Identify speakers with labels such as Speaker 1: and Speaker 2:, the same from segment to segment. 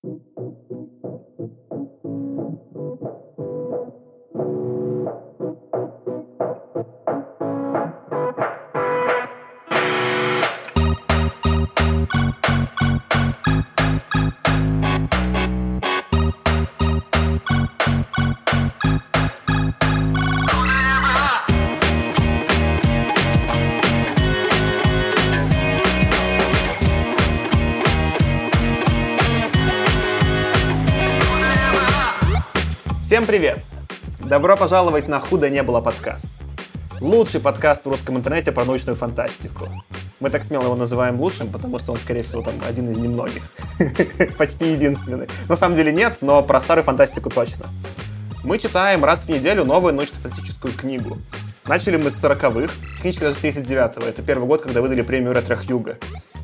Speaker 1: Всем привет! Добро пожаловать на «Худо не было» подкаст. Лучший подкаст в русском интернете про научную фантастику. Мы так смело его называем лучшим, потому что он, скорее всего, там один из немногих. Почти единственный. На самом деле нет, но про старую фантастику точно. Мы читаем раз в неделю новую научно-фантастическую книгу. Начали мы с 40-х, книжка даже с 39-го. Это первый год, когда выдали премию Ретро Хьюго.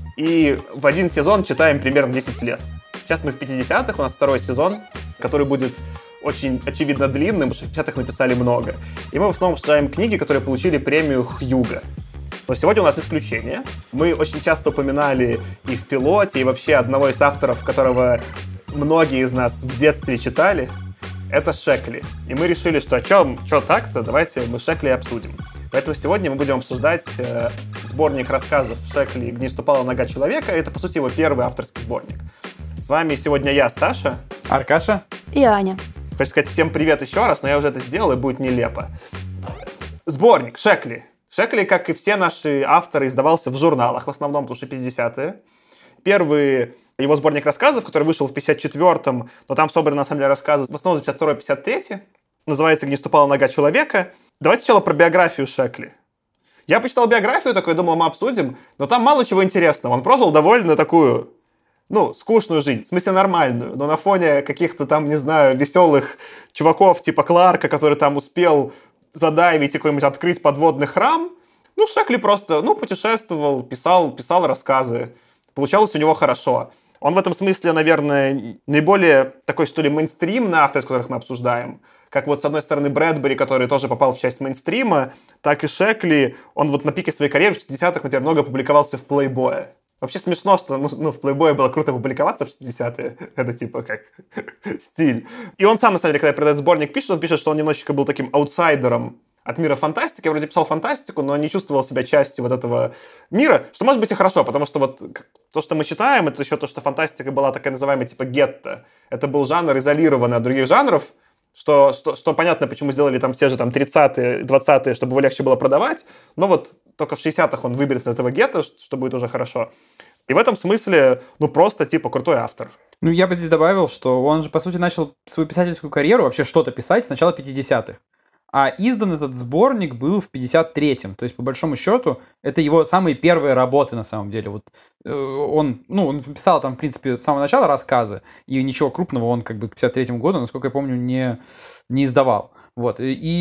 Speaker 1: И в один сезон читаем примерно 10 лет. Сейчас мы в 50-х, у нас второй сезон, который будет очень, очевидно, длинным, потому что в 50-х написали много. И мы в основном обсуждаем книги, которые получили премию Хьюго. Но сегодня у нас исключение. Мы очень часто упоминали и в пилоте, и вообще одного из авторов, которого многие из нас в детстве читали. Это Шекли. И мы решили, что что так-то, давайте мы Шекли обсудим. Поэтому сегодня мы будем обсуждать сборник рассказов Шекли «Где не ступала нога человека». Это, по сути, его первый авторский сборник. С вами сегодня я, Саша.
Speaker 2: Аркаша.
Speaker 3: И Аня.
Speaker 1: Хочу сказать всем привет еще раз, но я уже это сделал, и будет нелепо. Сборник Шекли. Шекли, как и все наши авторы, издавался в журналах, в основном, потому что 50-е. Первый его сборник рассказов, который вышел в 54-м, но там собраны, на самом деле, рассказы в основном за 52-53, называется «Где не ступала нога человека». Давайте сначала про биографию Шекли. Я почитал биографию такой, думал, мы обсудим, но там мало чего интересного. Он прожил довольно такую... скучную жизнь, в смысле нормальную, но на фоне каких-то там, не знаю, веселых чуваков типа Кларка, который там успел задайвить и какой-нибудь открыть подводный храм, Шекли просто, путешествовал, писал рассказы. Получалось у него хорошо. Он в этом смысле, наверное, наиболее такой, что ли, мейнстримный автор, из которых мы обсуждаем. Как вот, с одной стороны, Брэдбери, который тоже попал в часть мейнстрима, так и Шекли. Он вот на пике своей карьеры в 60-х, например, много публиковался в Playboy. Вообще смешно, что в Playboy было круто публиковаться в 60-е. Это типа как стиль. И он сам, на самом деле, когда про этот сборник пишет, он пишет, что он немножечко был таким аутсайдером от мира фантастики. Я вроде писал фантастику, но не чувствовал себя частью вот этого мира, что может быть и хорошо, потому что вот то, что мы читаем, это еще то, что фантастика была такая называемая типа гетто. Это был жанр, изолированный от других жанров, что понятно, почему сделали там все же там 30-е, 20-е, чтобы его легче было продавать, но вот только в 60-х он выберется из этого гетто, что будет уже хорошо. И в этом смысле, просто типа крутой автор.
Speaker 2: Я бы здесь добавил, что он же, по сути, начал свою писательскую карьеру, вообще что-то писать с начала 50-х. А издан этот сборник был в 53-м. То есть, по большому счету, это его самые первые работы, на самом деле. Вот он писал там, в принципе, с самого начала рассказы, и ничего крупного он как бы к 53-му году, насколько я помню, не издавал. Вот.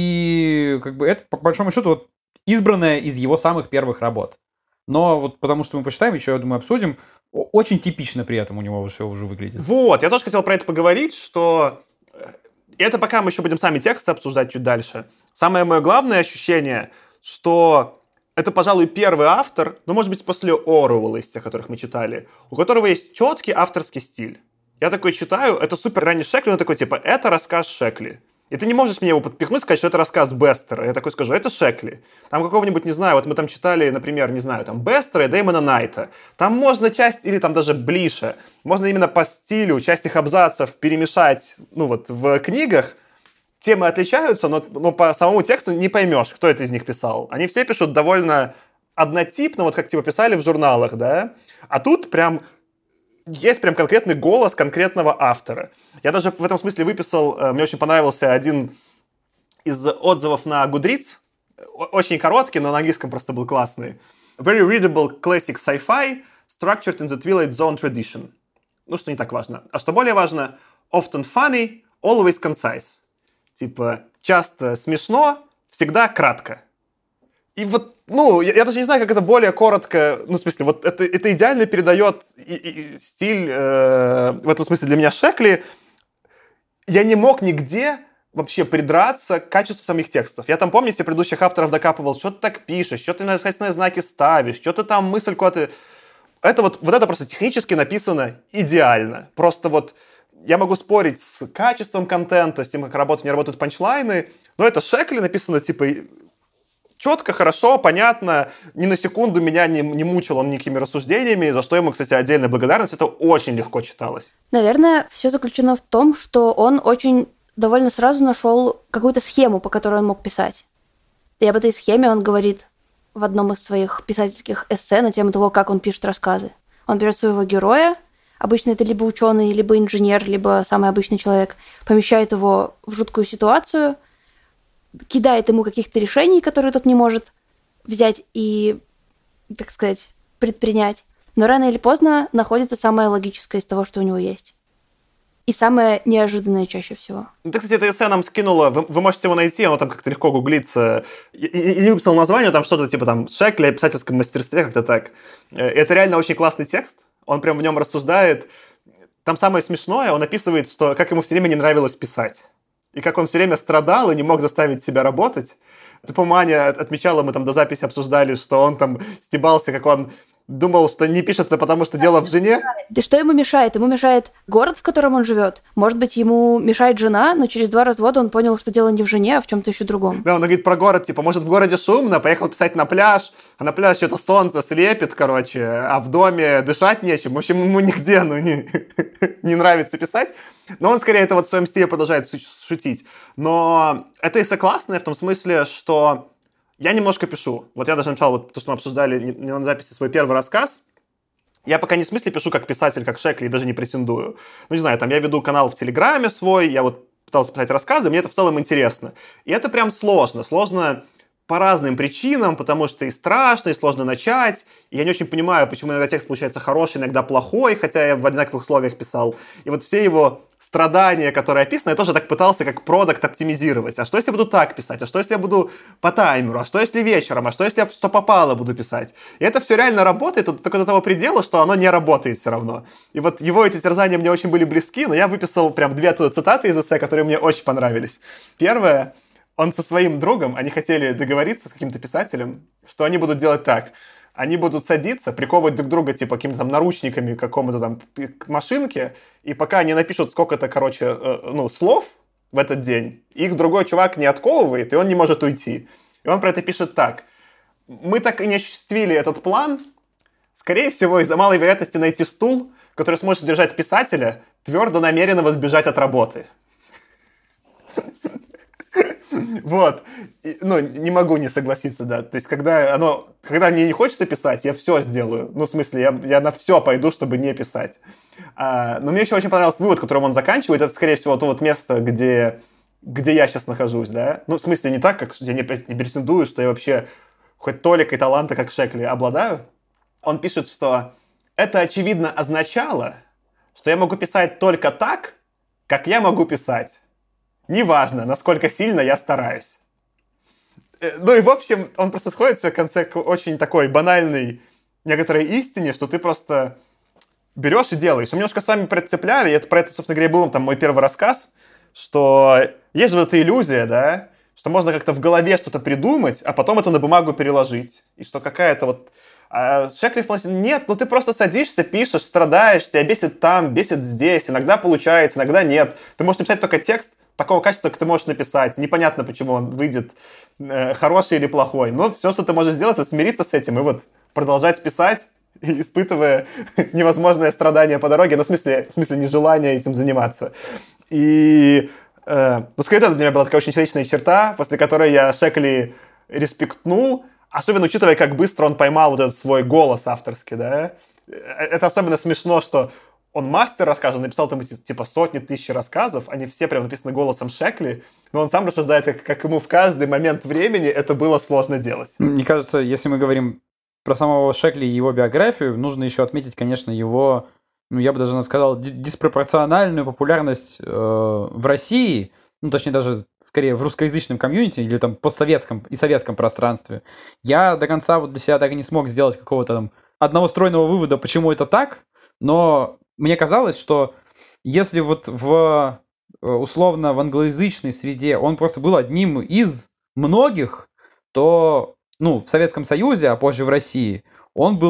Speaker 2: И как бы это, по большому счету, вот избранное из его самых первых работ. Но вот потому что мы почитаем, еще, я думаю, обсудим, очень типично при этом у него все уже выглядит.
Speaker 1: Вот, я тоже хотел про это поговорить, что... Это пока мы еще будем сами тексты обсуждать чуть дальше. Самое мое главное ощущение, что это, пожалуй, первый автор, может быть, после Оруэлла, из тех, которых мы читали, у которого есть четкий авторский стиль. Я такой читаю, это супер ранний Шекли, но такой, типа, это рассказ Шекли. И ты не можешь мне его подпихнуть, сказать, что это рассказ Бестера. Я такой скажу, это Шекли. Там какого-нибудь, не знаю, вот мы там читали, например, не знаю, там Бестера и Дэймона Найта. Там можно часть, или там даже Блиша, можно именно по стилю часть их абзацев перемешать, в книгах. Темы отличаются, но по самому тексту не поймешь, кто это из них писал. Они все пишут довольно однотипно, вот как типа писали в журналах, да? А тут прям... Есть прям конкретный голос конкретного автора. Я даже в этом смысле выписал, мне очень понравился один из отзывов на Goodreads. Очень короткий, но на английском просто был классный. Very readable classic sci-fi, structured in the Twilight Zone tradition. Что не так важно. А что более важно, often funny, always concise. Типа, часто смешно, всегда кратко. И вот, я даже не знаю, как это более коротко, в смысле, вот это идеально передает и стиль, в этом смысле для меня Шекли. Я не мог нигде вообще придраться к качеству самих текстов. Я там, помните, предыдущих авторов докапывал, что ты так пишешь, что ты восклицательные знаки ставишь, что ты там мысль куда-то... это вот это просто технически написано идеально. Просто вот я могу спорить с качеством контента, с тем, как работают, не работают панчлайны, но это Шекли написано, типа, четко, хорошо, понятно, ни на секунду меня не мучил он никакими рассуждениями, за что ему, кстати, отдельная благодарность, это очень легко читалось.
Speaker 3: Наверное, все заключено в том, что он очень довольно сразу нашел какую-то схему, по которой он мог писать. И об этой схеме он говорит в одном из своих писательских эссе на тему того, как он пишет рассказы. Он берет своего героя, обычно это либо ученый, либо инженер, либо самый обычный человек, помещает его в жуткую ситуацию, кидает ему каких-то решений, которые тот не может взять и, так сказать, предпринять. Но рано или поздно находится самое логическое из того, что у него есть. И самое неожиданное чаще всего.
Speaker 1: Ты, кстати, это эссе нам скинула, вы можете его найти, оно там как-то легко гуглится. Я не выписал название, там что-то типа там Шекли о писательском мастерстве, как-то так. Это реально очень классный текст, он прям в нем рассуждает. Там самое смешное, он описывает, что как ему все время не нравилось писать. И как он все время страдал и не мог заставить себя работать. Ты, по-моему, Аня отмечала, мы там до записи обсуждали, что он там стебался, как он думал, что не пишется, потому что дело в жене.
Speaker 3: Да что ему мешает? Ему мешает город, в котором он живет. Может быть, ему мешает жена, но через 2 развода он понял, что дело не в жене, а в чем-то еще другом.
Speaker 1: Да, он говорит про город, типа, может, в городе шумно, поехал писать на пляж, а на пляж что-то солнце слепит, короче, а в доме дышать нечем. В общем, ему нигде, не нравится писать. Но он, скорее, это вот в своем стиле продолжает шутить. Но это эссе классное в том смысле, что я немножко пишу. Вот я даже написал, вот то, что мы обсуждали не на записи, свой первый рассказ. Я пока не в смысле пишу как писатель, как Шекли, и даже не претендую. Ну, не знаю, там я веду канал в Телеграме свой, я вот пытался писать рассказы, мне это в целом интересно. И это прям сложно. Сложно по разным причинам, потому что и страшно, и сложно начать. И я не очень понимаю, почему иногда текст получается хороший, иногда плохой, хотя я в одинаковых условиях писал. И вот все его страдания, которые описаны, я тоже так пытался как продакт оптимизировать. А что, если я буду так писать? А что, если я буду по таймеру? А что, если вечером? А что, если я что попало буду писать? И это все реально работает, только до того предела, что оно не работает все равно. И вот его эти терзания мне очень были близки, но я выписал прям 2 цитаты из эссе, которые мне очень понравились. Первое. Он со своим другом, они хотели договориться с каким-то писателем, что они будут делать так. Они будут садиться, приковывать друг друга типа какими-то там наручниками к какому-то там к машинке, и пока они напишут сколько-то, короче, слов в этот день, их другой чувак не отковывает, и он не может уйти. И он про это пишет так. Мы так и не осуществили этот план, скорее всего, из-за малой вероятности найти стул, который сможет держать писателя, твердо намеренного сбежать от работы. Вот. Не могу не согласиться, да. То есть, когда мне не хочется писать, я все сделаю. Ну, в смысле, я на все пойду, чтобы не писать. Но мне еще очень понравился вывод, которым он заканчивает. Это, скорее всего, то вот место, где я сейчас нахожусь, да. Ну, в смысле, не так, как я не претендую, что я вообще хоть толикой таланта, как Шекли, обладаю. Он пишет, что это, очевидно, означало, что я могу писать только так, как я могу писать. Неважно, насколько сильно я стараюсь. Ну и в общем, он просто сходит в конце к очень такой банальной некоторой истине, что ты просто берешь и делаешь. Мы немножко с вами прицепляли, и про это, собственно говоря, был там мой первый рассказ, что есть же вот эта иллюзия, да, что можно как-то в голове что-то придумать, а потом это на бумагу переложить. И что какая-то вот... А Шекли в плане, нет, ты просто садишься, пишешь, страдаешь, тебя бесит там, бесит здесь, иногда получается, иногда нет. Ты можешь написать только текст такого качества, как ты можешь написать. Непонятно, почему он выйдет хороший или плохой. Но все, что ты можешь сделать, это смириться с этим и вот продолжать писать, испытывая невозможное страдание по дороге, в смысле нежелание этим заниматься. И, скорее, это для меня была такая очень человечная черта, после которой я Шекли респектнул, особенно учитывая, как быстро он поймал вот этот свой голос авторский, да. Это особенно смешно, что он мастер рассказов, он написал там типа сотни тысяч рассказов, они все прям написаны голосом Шекли, но он сам рассуждает, как ему в каждый момент времени это было сложно делать.
Speaker 2: Мне кажется, если мы говорим про самого Шекли и его биографию, нужно еще отметить, конечно, его, я бы даже сказал, диспропорциональную популярность в России, точнее даже скорее в русскоязычном комьюнити или там постсоветском и советском пространстве. Я до конца вот для себя так и не смог сделать какого-то там одного стройного вывода, почему это так, но мне казалось, что если вот условно в англоязычной среде он просто был одним из многих, то в Советском Союзе, а позже в России, он был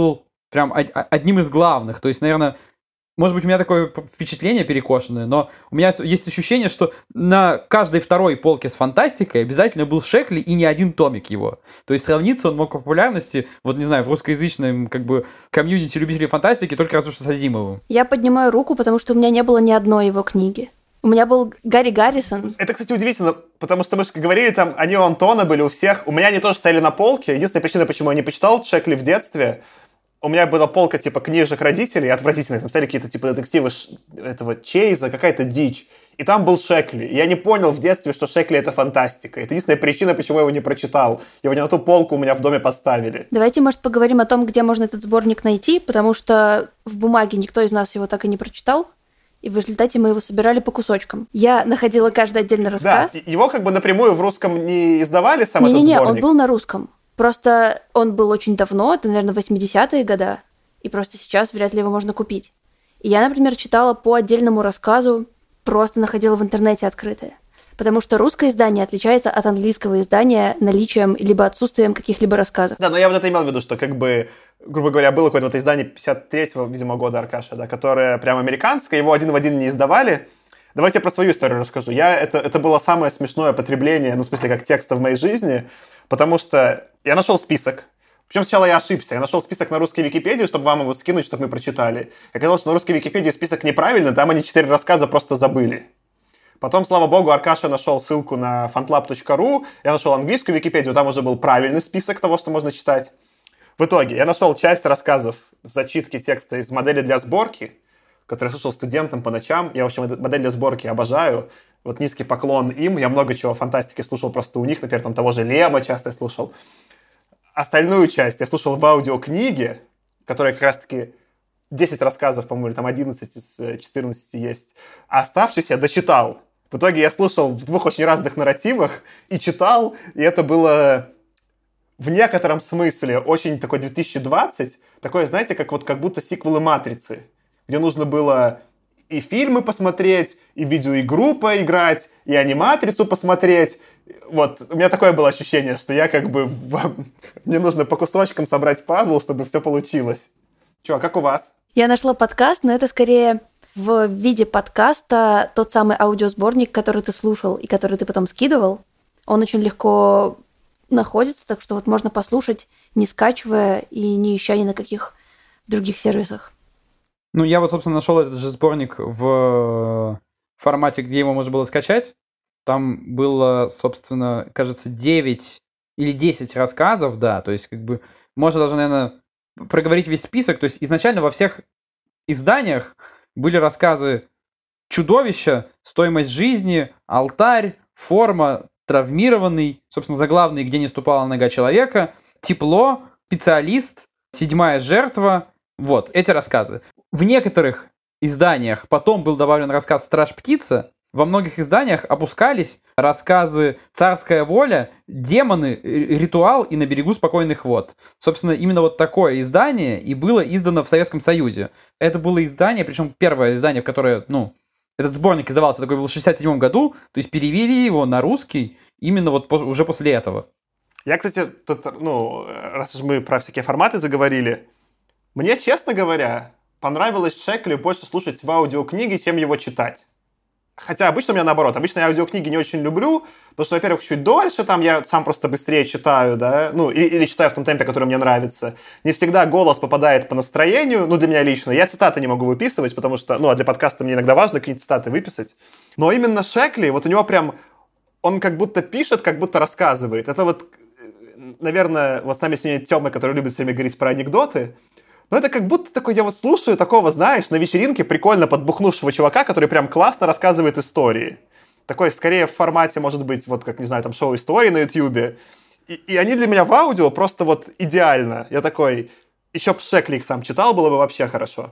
Speaker 2: прям одним из главных. То есть, наверное, может быть, у меня такое впечатление перекошенное, но у меня есть ощущение, что на каждой второй полке с фантастикой обязательно был Шекли и не один томик его. То есть сравниться он мог по популярности, вот не знаю, в русскоязычном как бы комьюнити любителей фантастики только разве что с Азимовым.
Speaker 3: Я поднимаю руку, потому что у меня не было ни одной его книги. У меня был Гарри Гаррисон.
Speaker 1: Это, кстати, удивительно, потому что мы же говорили, там, они у Антона были, у всех. У меня они тоже стояли на полке. Единственная причина, почему я не почитал Шекли в детстве, у меня была полка, типа, книжек родителей, отвратительных, там стояли какие-то, типа, детективы этого Чейза, какая-то дичь. И там был Шекли. И я не понял в детстве, что Шекли — это фантастика. Это единственная причина, почему я его не прочитал. Его не на ту полку у меня в доме поставили.
Speaker 3: Давайте, может, поговорим о том, где можно этот сборник найти, потому что в бумаге никто из нас его так и не прочитал. И в результате мы его собирали по кусочкам. Я находила каждый отдельный рассказ.
Speaker 1: Да, его как бы напрямую в русском не издавали, сам этот
Speaker 3: Не-не-не,
Speaker 1: сборник?
Speaker 3: он был на русском. Просто он был очень давно, это, наверное, 80-е годы, и просто сейчас вряд ли его можно купить. И я, например, читала по отдельному рассказу, просто находила в интернете открытое. Потому что русское издание отличается от английского издания наличием либо отсутствием каких-либо рассказов.
Speaker 1: Да, но я вот это имел в виду, что как бы, грубо говоря, было какое-то вот издание 53-го, видимо, года Аркаша, да, которое прям американское, его один в один не издавали. Давайте я про свою историю расскажу. Это было самое смешное потребление, ну, в смысле, как текста в моей жизни, потому что я нашел список. Причем сначала я ошибся. Я нашел список на русской Википедии, чтобы вам его скинуть, чтобы мы прочитали. И оказалось, что на русской Википедии список неправильный, там они 4 рассказа просто забыли. Потом, слава богу, Аркаша нашел ссылку на fantlab.ru, я нашел английскую Википедию, там уже был правильный список того, что можно читать. В итоге я нашел часть рассказов в зачитке текста из модели для сборки, который я слушал студентам по ночам. Я, в общем, эту модель для сборки обожаю. Вот низкий поклон им. Я много чего фантастики слушал просто у них. Например, там того же Лема часто я слушал. Остальную часть я слушал в аудиокниге, которая как раз-таки 10 рассказов, по-моему, или там 11 из 14 есть. А оставшись я дочитал. В итоге я слушал в 2 очень разных нарративах и читал, и это было в некотором смысле очень такой 2020, такое, знаете, как будто сиквелы «Матрицы», где нужно было и фильмы посмотреть, и видеоигру поиграть, и аниматрицу посмотреть. Вот, у меня такое было ощущение, что я как бы... Мне нужно по кусочкам собрать пазл, чтобы все получилось. Чё, как у вас?
Speaker 3: Я нашла подкаст, но это скорее в виде подкаста тот самый аудиосборник, который ты слушал и который ты потом скидывал. Он очень легко находится, так что вот можно послушать, не скачивая и не ища ни на каких других сервисах.
Speaker 2: Ну, я вот, собственно, нашел этот же сборник в формате, где его можно было скачать. Там было, собственно, кажется, 9 или 10 рассказов, да, то есть, как бы, можно даже, наверное, проговорить весь список. То есть, изначально во всех изданиях были рассказы «Чудовище», «Стоимость жизни», «Алтарь», «Форма», «Травмированный», собственно, заглавный «Где не ступала нога человека», «Тепло», «Специалист», «Седьмая жертва». Вот, эти рассказы. В некоторых изданиях потом был добавлен рассказ «Страж-птица». Во многих изданиях опускались рассказы «Царская воля», «Демоны», «Ритуал» и «На берегу спокойных вод». Собственно, именно вот такое издание и было издано в Советском Союзе. Это было издание, причем первое издание, в которое, этот сборник издавался, такой был в 1967 году, то есть перевели его на русский именно вот уже после этого.
Speaker 1: Я, кстати, тут, раз уж мы про всякие форматы заговорили, мне, честно говоря, понравилось Шекли больше слушать в аудиокниге, чем его читать. Хотя обычно у меня наоборот. Обычно я аудиокниги не очень люблю, потому что, во-первых, чуть дольше, там я сам просто быстрее читаю, да, или читаю в том темпе, который мне нравится. Не всегда голос попадает по настроению, для меня лично. Я цитаты не могу выписывать, потому что, а для подкаста мне иногда важно какие-то цитаты выписать. Но именно Шекли, вот у него прям, он как будто пишет, как будто рассказывает. Это вот, наверное, вот с нами сегодня Тёма, который любит все время говорить про анекдоты. Но это как будто такой, я вот слушаю такого, знаешь, на вечеринке прикольно подбухнувшего чувака, который прям классно рассказывает истории. Такой, скорее, в формате, может быть, вот как, не знаю, там, шоу истории на Ютьюбе. И они для меня в аудио просто вот идеально. Я такой, еще б Шекли их сам читал, было бы вообще хорошо.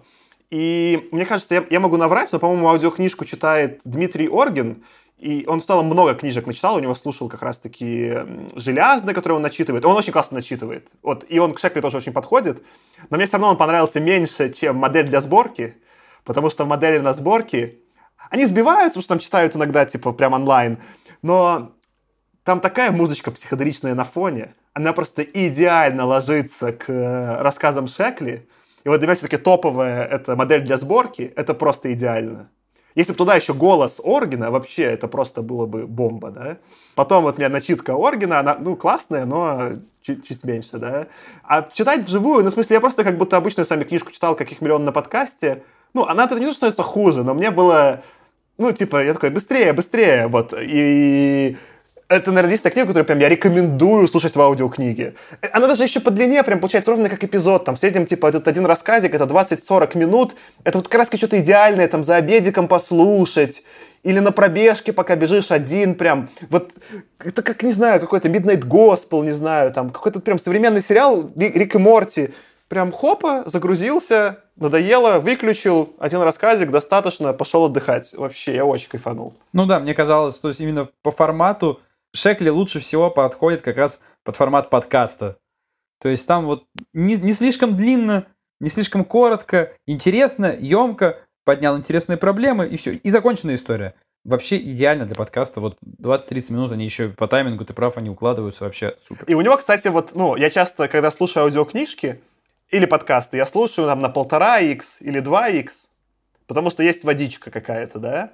Speaker 1: И мне кажется, я могу наврать, но, по-моему, аудиокнижку читает Дмитрий Оргин. И он в целом много книжек начитал, у него слушал как раз-таки «Железный», который он начитывает. Он очень классно начитывает. Вот, и он к Шекли тоже очень подходит. Но мне все равно он понравился меньше, чем модель для сборки. Потому что в модели на сборке они сбиваются, потому что там читают иногда, типа, прям онлайн. Но там такая музычка психоделичная на фоне. Она просто идеально ложится к рассказам Шекли. И вот для меня все-таки топовая эта модель для сборки, это просто идеально. Если бы туда еще голос Оргена, вообще это просто было бы бомба, да. Потом вот у меня начитка Оргена, она, классная, но чуть меньше, да. А читать вживую, в смысле, я просто как будто обычную с вами книжку читал, каких миллион на подкасте. Она-то не то, что становится хуже, но мне было, я такой, быстрее, вот. И это, наверное, единственная книга, которую прям я рекомендую слушать в аудиокниге. Она даже еще по длине прям получается ровно как эпизод. Там в среднем, этот один рассказик, это 20-40 минут. Это вот как раз что-то идеальное, там, за обедиком послушать. Или на пробежке, пока бежишь один, прям. Вот это как, не знаю, какой-то Midnight Gospel, не знаю, там, какой-то прям современный сериал Рик и Морти. Прям хопа, загрузился, надоело, выключил, один рассказик, достаточно, пошел отдыхать. Вообще, я очень кайфанул.
Speaker 2: Да, мне казалось, что именно по формату Шекли лучше всего подходит как раз под формат подкаста. То есть там вот не слишком длинно, не слишком коротко, интересно, емко, поднял интересные проблемы, и все. И законченная история. Вообще идеально для подкаста. Вот 20-30 минут они еще по таймингу, ты прав, они укладываются вообще супер.
Speaker 1: И у него, кстати, я часто, когда слушаю аудиокнижки или подкасты, я слушаю там на 1,5х или 2х, потому что есть водичка какая-то, да.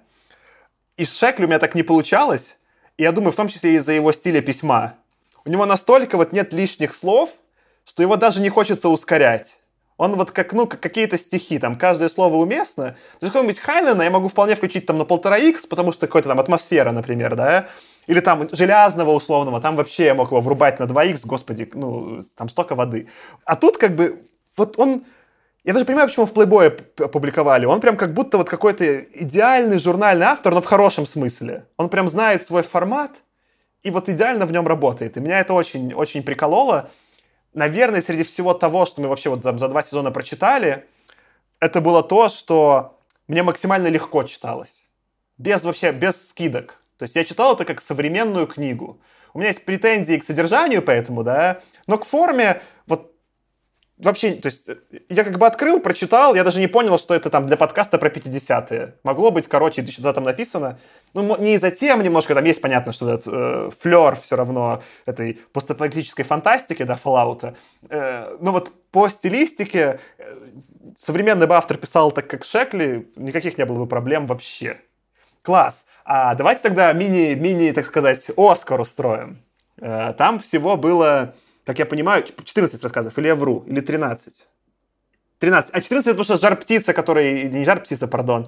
Speaker 1: И с Шекли у меня так не получалось. И я думаю, в том числе из-за его стиля письма. У него настолько нет лишних слов, что его даже не хочется ускорять. Он как какие-то стихи, там, каждое слово уместно. То есть какого-нибудь Хайнена я могу вполне включить там на 1,5х, потому что какая-то там атмосфера, например, да. Или там Железного условного, там вообще я мог его врубать на 2х, господи, там столько воды. А тут он... Я даже понимаю, почему в Playboy опубликовали. Он прям как будто какой-то идеальный журнальный автор, но в хорошем смысле. Он прям знает свой формат и идеально в нем работает. И меня это очень, очень прикололо. Наверное, среди всего того, что мы вообще за 2 сезона прочитали, это было то, что мне максимально легко читалось. Без скидок. То есть я читал это как современную книгу. У меня есть претензии к содержанию поэтому, да, но к форме вообще, то есть я открыл, прочитал, я даже не понял, что это там для подкаста про 50-е. Могло быть, короче, что там написано. Не из-за тем немножко, там есть, понятно, что этот флёр все равно этой постапокалиптической фантастики, да, Fallout. Но по стилистике современный бы автор писал так, как Шекли, никаких не было бы проблем вообще. Класс. А давайте тогда мини, так сказать, Оскар устроим. Там всего было... Как я понимаю, 14 рассказов, или я вру, или 13? 13. А 14 это потому что Жар-птица, который... Не Жар-птица, пардон.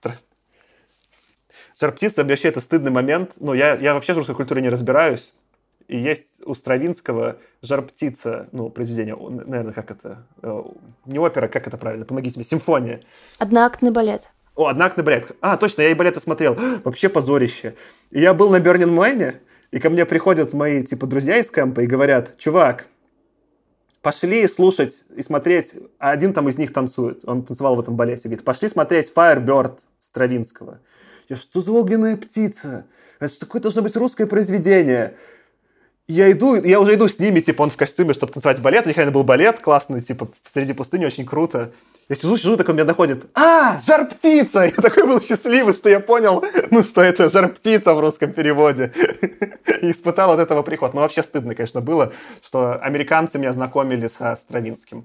Speaker 1: Жар-птица, вообще это стыдный момент. Я вообще в русской культуре не разбираюсь. И есть у Стравинского Жар-птица, произведение, наверное, как это... Не опера, как это правильно? Помогите мне. Симфония.
Speaker 3: Одноактный балет.
Speaker 1: Одноактный балет. Точно, я и балеты смотрел. Вообще позорище. И я был на Burning Man, и ко мне приходят мои, друзья из кемпа и говорят: чувак, пошли слушать и смотреть. А один там из них танцует. Он танцевал в этом балете. Говорит: пошли смотреть Firebird Стравинского. Что за огненная птица? Это какое должно быть русское произведение. Я уже иду с ними, он в костюме, чтобы танцевать балет. У них реально был балет классный, посреди пустыни, очень круто. Я сижу, так он меня доходит: Жар-птица! Я такой был счастливый, что я понял, что это Жар-птица в русском переводе. И испытал от этого приход. Вообще стыдно, конечно, было, что американцы меня знакомили со Стравинским.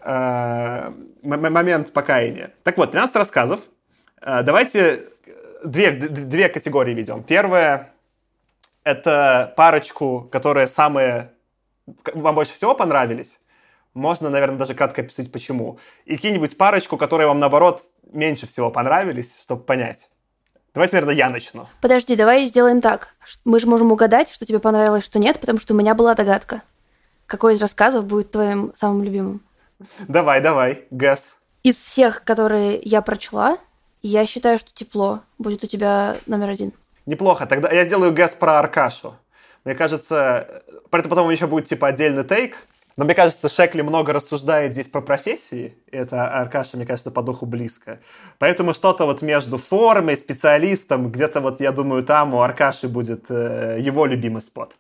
Speaker 1: Момент покаяния. Так вот, 13 рассказов. Давайте две категории ведем. Первая — это парочку, которые вам больше всего понравились. Можно, наверное, даже кратко описать, почему. И какие-нибудь парочку, которые вам, наоборот, меньше всего понравились, чтобы понять. Давайте, наверное, я начну.
Speaker 3: Подожди, давай сделаем так. Мы же можем угадать, что тебе понравилось, что нет, потому что у меня была догадка. Какой из рассказов будет твоим самым любимым?
Speaker 1: Давай, Гэс.
Speaker 3: Из всех, которые я прочла, я считаю, что «Тепло» будет у тебя номер 1.
Speaker 1: Неплохо. Тогда я сделаю Гэс про Аркашу. Мне кажется, про это потом еще будет отдельный тейк. Но мне кажется, Шекли много рассуждает здесь про профессии. Это Аркаша, мне кажется, по духу близко. Поэтому что-то между формой, специалистом, где-то я думаю, там у Аркаши будет его любимый спот.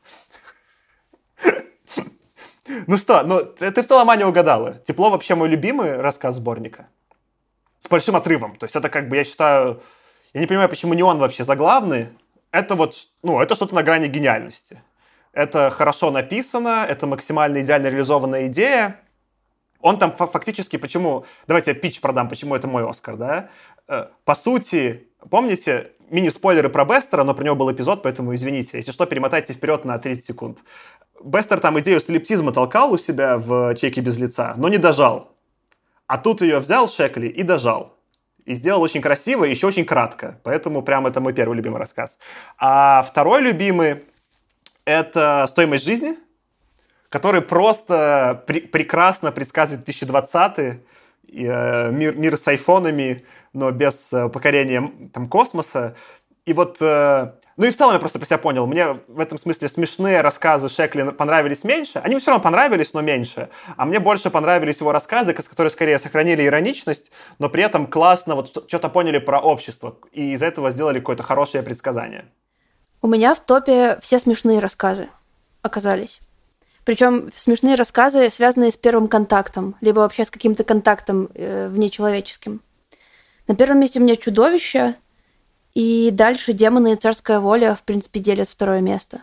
Speaker 1: Ты в целом, Аня, угадала. «Тепло» вообще мой любимый рассказ сборника. С большим отрывом. То есть это я считаю... Я не понимаю, почему не он вообще заглавный. Это это что-то на грани гениальности. Это хорошо написано, это максимально идеально реализованная идея. Он там фактически, почему... Давайте я питч продам, почему это мой Оскар, да? По сути, помните, мини-спойлеры про Бестера, но про него был эпизод, поэтому извините. Если что, перемотайте вперед на 30 секунд. Бестер там идею солипсизма толкал у себя в «Чеке без лица», но не дожал. А тут ее взял Шекли и дожал. И сделал очень красиво и еще очень кратко. Поэтому прям это мой первый любимый рассказ. А второй любимый — это «Стоимость жизни», который просто прекрасно предсказывает 2020-й, мир с айфонами, но без покорения там, космоса. И вот, ну и в целом я просто про себя понял, мне в этом смысле смешные рассказы Шекли понравились меньше, они мне все равно понравились, но меньше, а мне больше понравились его рассказы, которые скорее сохранили ироничность, но при этом классно вот что-то поняли про общество, и из этого сделали какое-то хорошее предсказание.
Speaker 3: У меня в топе все смешные рассказы оказались. Причем смешные рассказы, связанные с первым контактом, либо вообще с каким-то контактом внечеловеческим. На первом месте у меня «Чудовище», и дальше «Демоны» и «Царская воля», в принципе, делят второе место.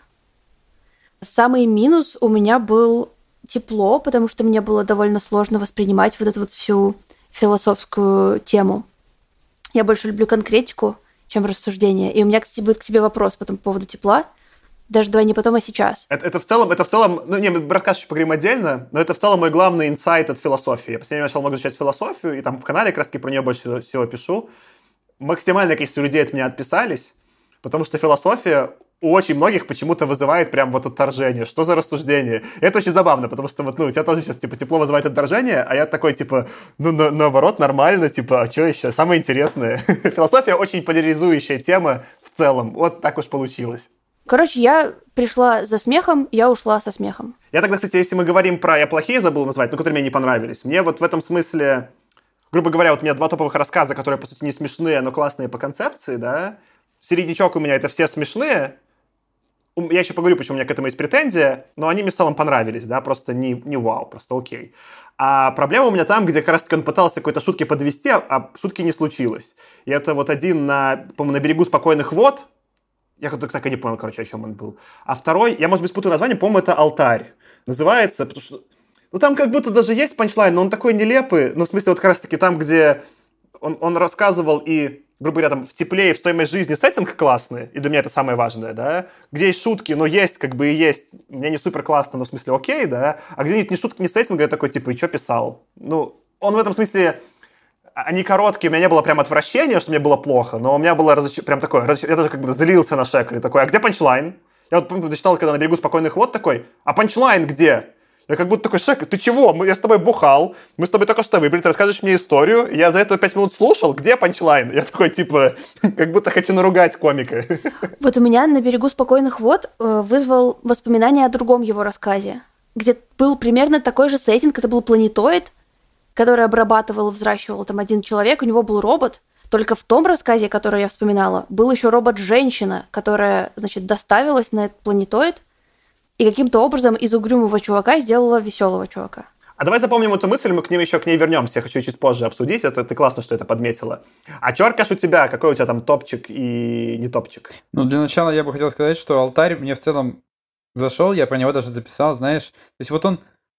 Speaker 3: Самый минус у меня был «Тепло», потому что мне было довольно сложно воспринимать вот эту вот всю философскую тему. Я больше люблю конкретику, чем рассуждение. И у меня, кстати, будет к тебе вопрос по поводу «Тепла». Даже давай не потом, а сейчас.
Speaker 1: Это в целом, ну не, мы рассказ еще поговорим отдельно, но это в целом мой главный инсайт от философии. Я в последнее время начал много изучать философию, и там в канале как раз таки про нее больше всего пишу. Максимальное количество людей от меня отписались, потому что философия у очень многих почему-то вызывает прям вот отторжение. Что за рассуждение? Это очень забавно, потому что вот, ну, у тебя тоже сейчас, типа, тепло вызывает отторжение, а я такой, типа, ну, наоборот, нормально, типа, а что еще? Самое интересное. Философия очень поляризующая тема в целом. Вот так уж получилось.
Speaker 3: Короче, я пришла за смехом, я ушла со смехом.
Speaker 1: Я тогда, кстати, если мы говорим про «Я плохие» забыл назвать, но которые мне не понравились. Мне вот в этом смысле, грубо говоря, вот у меня 2 топовых рассказа, которые, по сути, не смешные, но классные по концепции, да. Середнячок у меня — это все смешные. Я еще поговорю, почему у меня к этому есть претензия, но они мне в целом понравились, да, просто не вау, просто окей. А проблема у меня там, где как раз-таки он пытался какой-то шутки подвести, а шутки не случилось. И это вот один, по-моему, «На берегу спокойных вод». Я так и не понял, короче, о чем он был. А второй, я, может быть, спутаю название, по-моему, это «Алтарь». Называется, потому что... Ну, там как будто даже есть панчлайн, но он такой нелепый. Ну, в смысле, вот как раз-таки там, где он рассказывал и, грубо говоря, там в «Тепле» и в «Стоимость жизни» сеттинг классный, и для меня это самое важное, да. Где есть шутки, но есть, как бы и есть. У меня не супер классно, но в смысле окей, да. А где нет ни шутки, ни сеттинга, я такой, типа, и что писал? Ну, он в этом смысле... Они короткие, у меня не было прям отвращения, что мне было плохо, но у меня было прям такое, я даже как бы злился на Шекли, такой, а где панчлайн? Я вот помню, читал, когда «На берегу спокойных вод» такой, а панчлайн где? Я как будто такой, Шекли, ты чего? Я с тобой бухал, мы с тобой только что выпили, ты расскажешь мне историю, я за это 5 минут слушал, где панчлайн? Я такой, типа, как будто хочу наругать комика.
Speaker 3: Вот у меня «На берегу спокойных вод» вызвал воспоминания о другом его рассказе, где был примерно такой же сеттинг, это был планетоид, который обрабатывал, взращивал там один человек, у него был робот. Только в том рассказе, который я вспоминала, был еще робот-женщина, которая, значит, доставилась на этот планетоид и каким-то образом из угрюмого чувака сделала веселого чувака.
Speaker 1: А давай запомним эту мысль, мы к ней вернемся, я хочу чуть позже обсудить, это ты классно, что это подметила. А чё, Аркаш, у тебя? Какой у тебя там топчик и не топчик?
Speaker 2: Ну, для начала я бы хотел сказать, что «Алтарь» мне в целом зашел, я про него даже записал, знаешь. То есть вот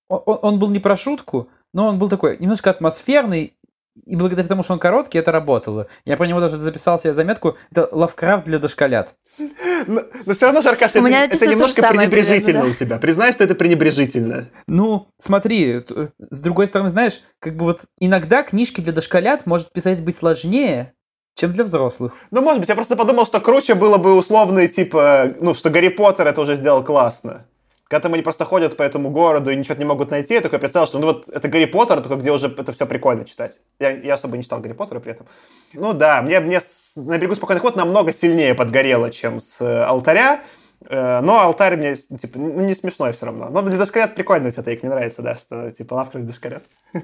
Speaker 2: он был не про шутку, но он был такой немножко атмосферный, и благодаря тому, что он короткий, это работало. Я про него даже записал себе заметку, это Лавкрафт для дошколят.
Speaker 1: Но все равно же, Аркаша, это немножко пренебрежительно у тебя. Признай, что это пренебрежительно.
Speaker 2: Ну, смотри, с другой стороны, знаешь, как бы вот иногда книжки для дошколят может писать быть сложнее, чем для взрослых.
Speaker 1: Ну, может быть, я просто подумал, что круче было бы условно, типа, ну, что Гарри Поттер это уже сделал классно. Когда там они просто ходят по этому городу и ничего не могут найти, я такой представил, что ну вот это Гарри Поттер, только где уже это все прикольно читать. Я особо не читал Гарри Поттера при этом. Ну да, мне «На берегу спокойных вод» намного сильнее подгорело, чем с «Алтаря». Но «Алтарь» мне, типа, не смешной все равно. Но для дошколят прикольно, эта тейк, мне нравится, да, что, типа, Лавкрафт для дошколят.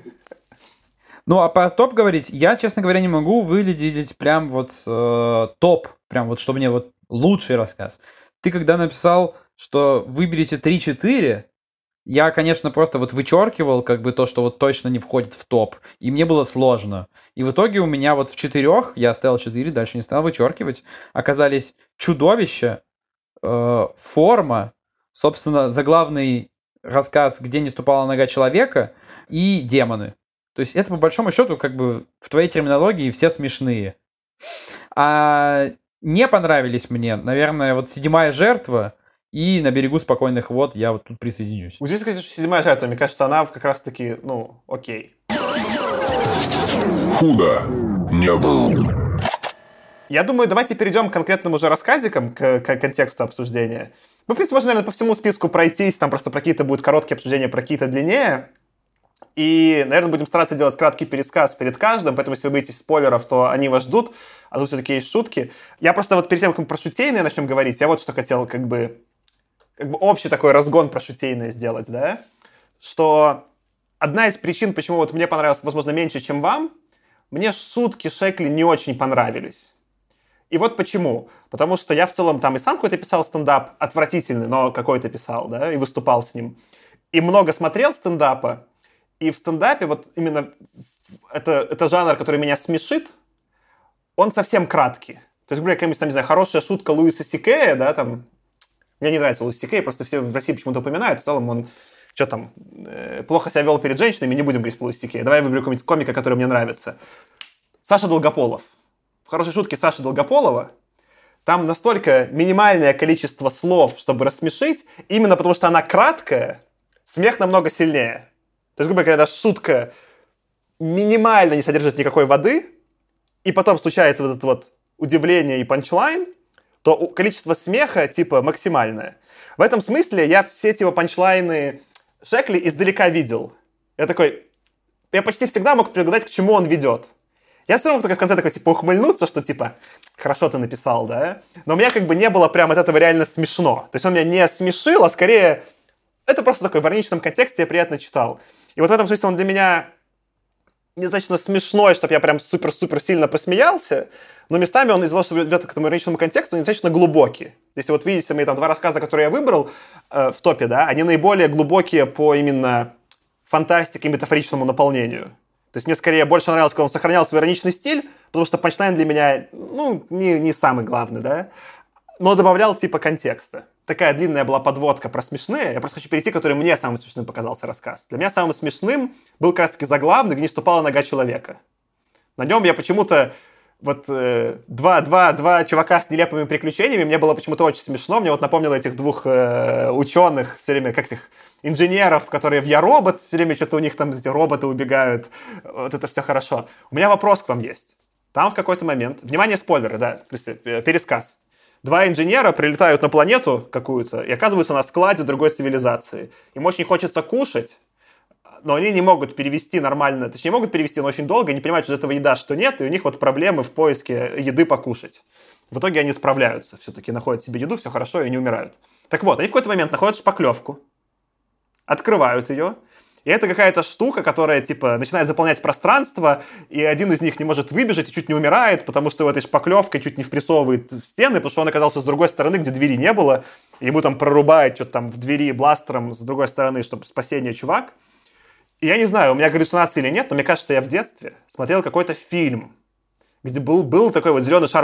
Speaker 2: Ну, а по топ говорить, я, честно говоря, не могу выделить прям вот топ, прям вот, что мне вот лучший рассказ. Ты когда написал, что выберите 3-4, я, конечно, просто вот вычеркивал как бы то, что вот точно не входит в топ, и мне было сложно. И в итоге у меня вот в 4, я оставил 4, дальше не стал вычеркивать, оказались «Чудовище», «Форма», собственно, заглавный рассказ «Где не ступала нога человека», и демоны. То есть это, по большому счету, как бы в твоей терминологии все смешные. А не понравились мне, наверное, вот «Седьмая жертва» и «На берегу спокойных вод» я вот тут присоединюсь.
Speaker 1: Здесь, сказать, что «Седьмая жертва», мне кажется, она как раз-таки, окей.
Speaker 4: Худо не был.
Speaker 1: Я думаю, давайте перейдем к конкретным уже рассказикам, к контексту обсуждения. Мы, в принципе, можем, наверное, по всему списку пройтись, там просто про какие-то будут короткие обсуждения, про какие-то длиннее. И, наверное, будем стараться делать краткий пересказ перед каждым, поэтому если вы боитесь спойлеров, то они вас ждут, а тут все-таки есть шутки. Я просто вот перед тем, как мы про шутейные начнем говорить, я вот что хотел как бы общий такой разгон про шутейные сделать, да, что одна из причин, почему вот мне понравилось, возможно, меньше, чем вам, мне шутки Шекли не очень понравились. И вот почему. Потому что я в целом там и сам какой-то писал стендап, отвратительный, но какой-то писал, да, и выступал с ним. И много смотрел стендапа, и в стендапе вот именно это жанр, который меня смешит, он совсем краткий. То есть, говоря, какая-нибудь, там, не знаю, хорошая шутка Луиса Сикея, да, там, мне не нравится Луис Сикей, просто все в России почему-то упоминают, в целом он, что там, плохо себя вел перед женщинами, не будем говорить по Луис Сикею. Давай я выберу какого-нибудь комика, который мне нравится. Саша Долгополов. В хорошей шутке Саши Долгополова там настолько минимальное количество слов, чтобы рассмешить, именно потому что она краткая, смех намного сильнее. То есть, грубо говоря, когда шутка минимально не содержит никакой воды, и потом случается вот это вот удивление и панчлайн, то количество смеха, типа, максимальное. В этом смысле я все типа панчлайны Шекли издалека видел. Я почти всегда мог предугадать, к чему он ведет. Я все равно только в конце такой, типа, ухмыльнуться, что, типа, хорошо ты написал, да? Но у меня как бы не было прям от этого реально смешно. То есть он меня не смешил, а скорее, это просто такой в ироничном контексте я приятно читал. И вот в этом смысле он для меня недостаточно смешной, чтобы я прям супер-супер сильно посмеялся, но местами он из-за того, что ведет к этому ироничному контексту, недостаточно глубокий. Если вот видите, мои там два рассказа, которые я выбрал в топе, да, они наиболее глубокие по именно фантастике и метафоричному наполнению. То есть мне скорее больше нравилось, когда он сохранял свой ироничный стиль, потому что панчлайн для меня, не самый главный, да, но добавлял типа контекста. Такая длинная была подводка про смешные. Я просто хочу перейти, который мне самым смешным показался рассказ. Для меня самым смешным был как раз-таки заглавный, где не ступала нога человека. На нем я почему-то вот два чувака с нелепыми приключениями, мне было почему-то очень смешно. Мне вот напомнило этих двух ученых, все время, как этих инженеров, которые в «Я робот», все время что-то у них там эти роботы убегают. Вот это все хорошо. У меня вопрос к вам есть. Там в какой-то момент... Внимание, спойлеры, да, пересказ. Два инженера прилетают на планету какую-то и оказываются на складе другой цивилизации. Им очень хочется кушать, но они не могут перевести нормально, точнее, могут перевести, но очень долго, не понимают, что из этого еда, что нет, и у них вот проблемы в поиске еды покушать. В итоге они справляются, все-таки находят себе еду, все хорошо, и они умирают. Так вот, они в какой-то момент находят шпаклевку, открывают ее, и это какая-то штука, которая, типа, начинает заполнять пространство, и один из них не может выбежать и чуть не умирает, потому что его этой шпаклевкой чуть не впрессовывает в стены, потому что он оказался с другой стороны, где двери не было, и ему там прорубает что-то там в двери бластером с другой стороны, чтобы спасение чувак. И я не знаю, у меня галлюцинации или нет, но мне кажется, я в детстве смотрел какой-то фильм, где был такой вот зеленый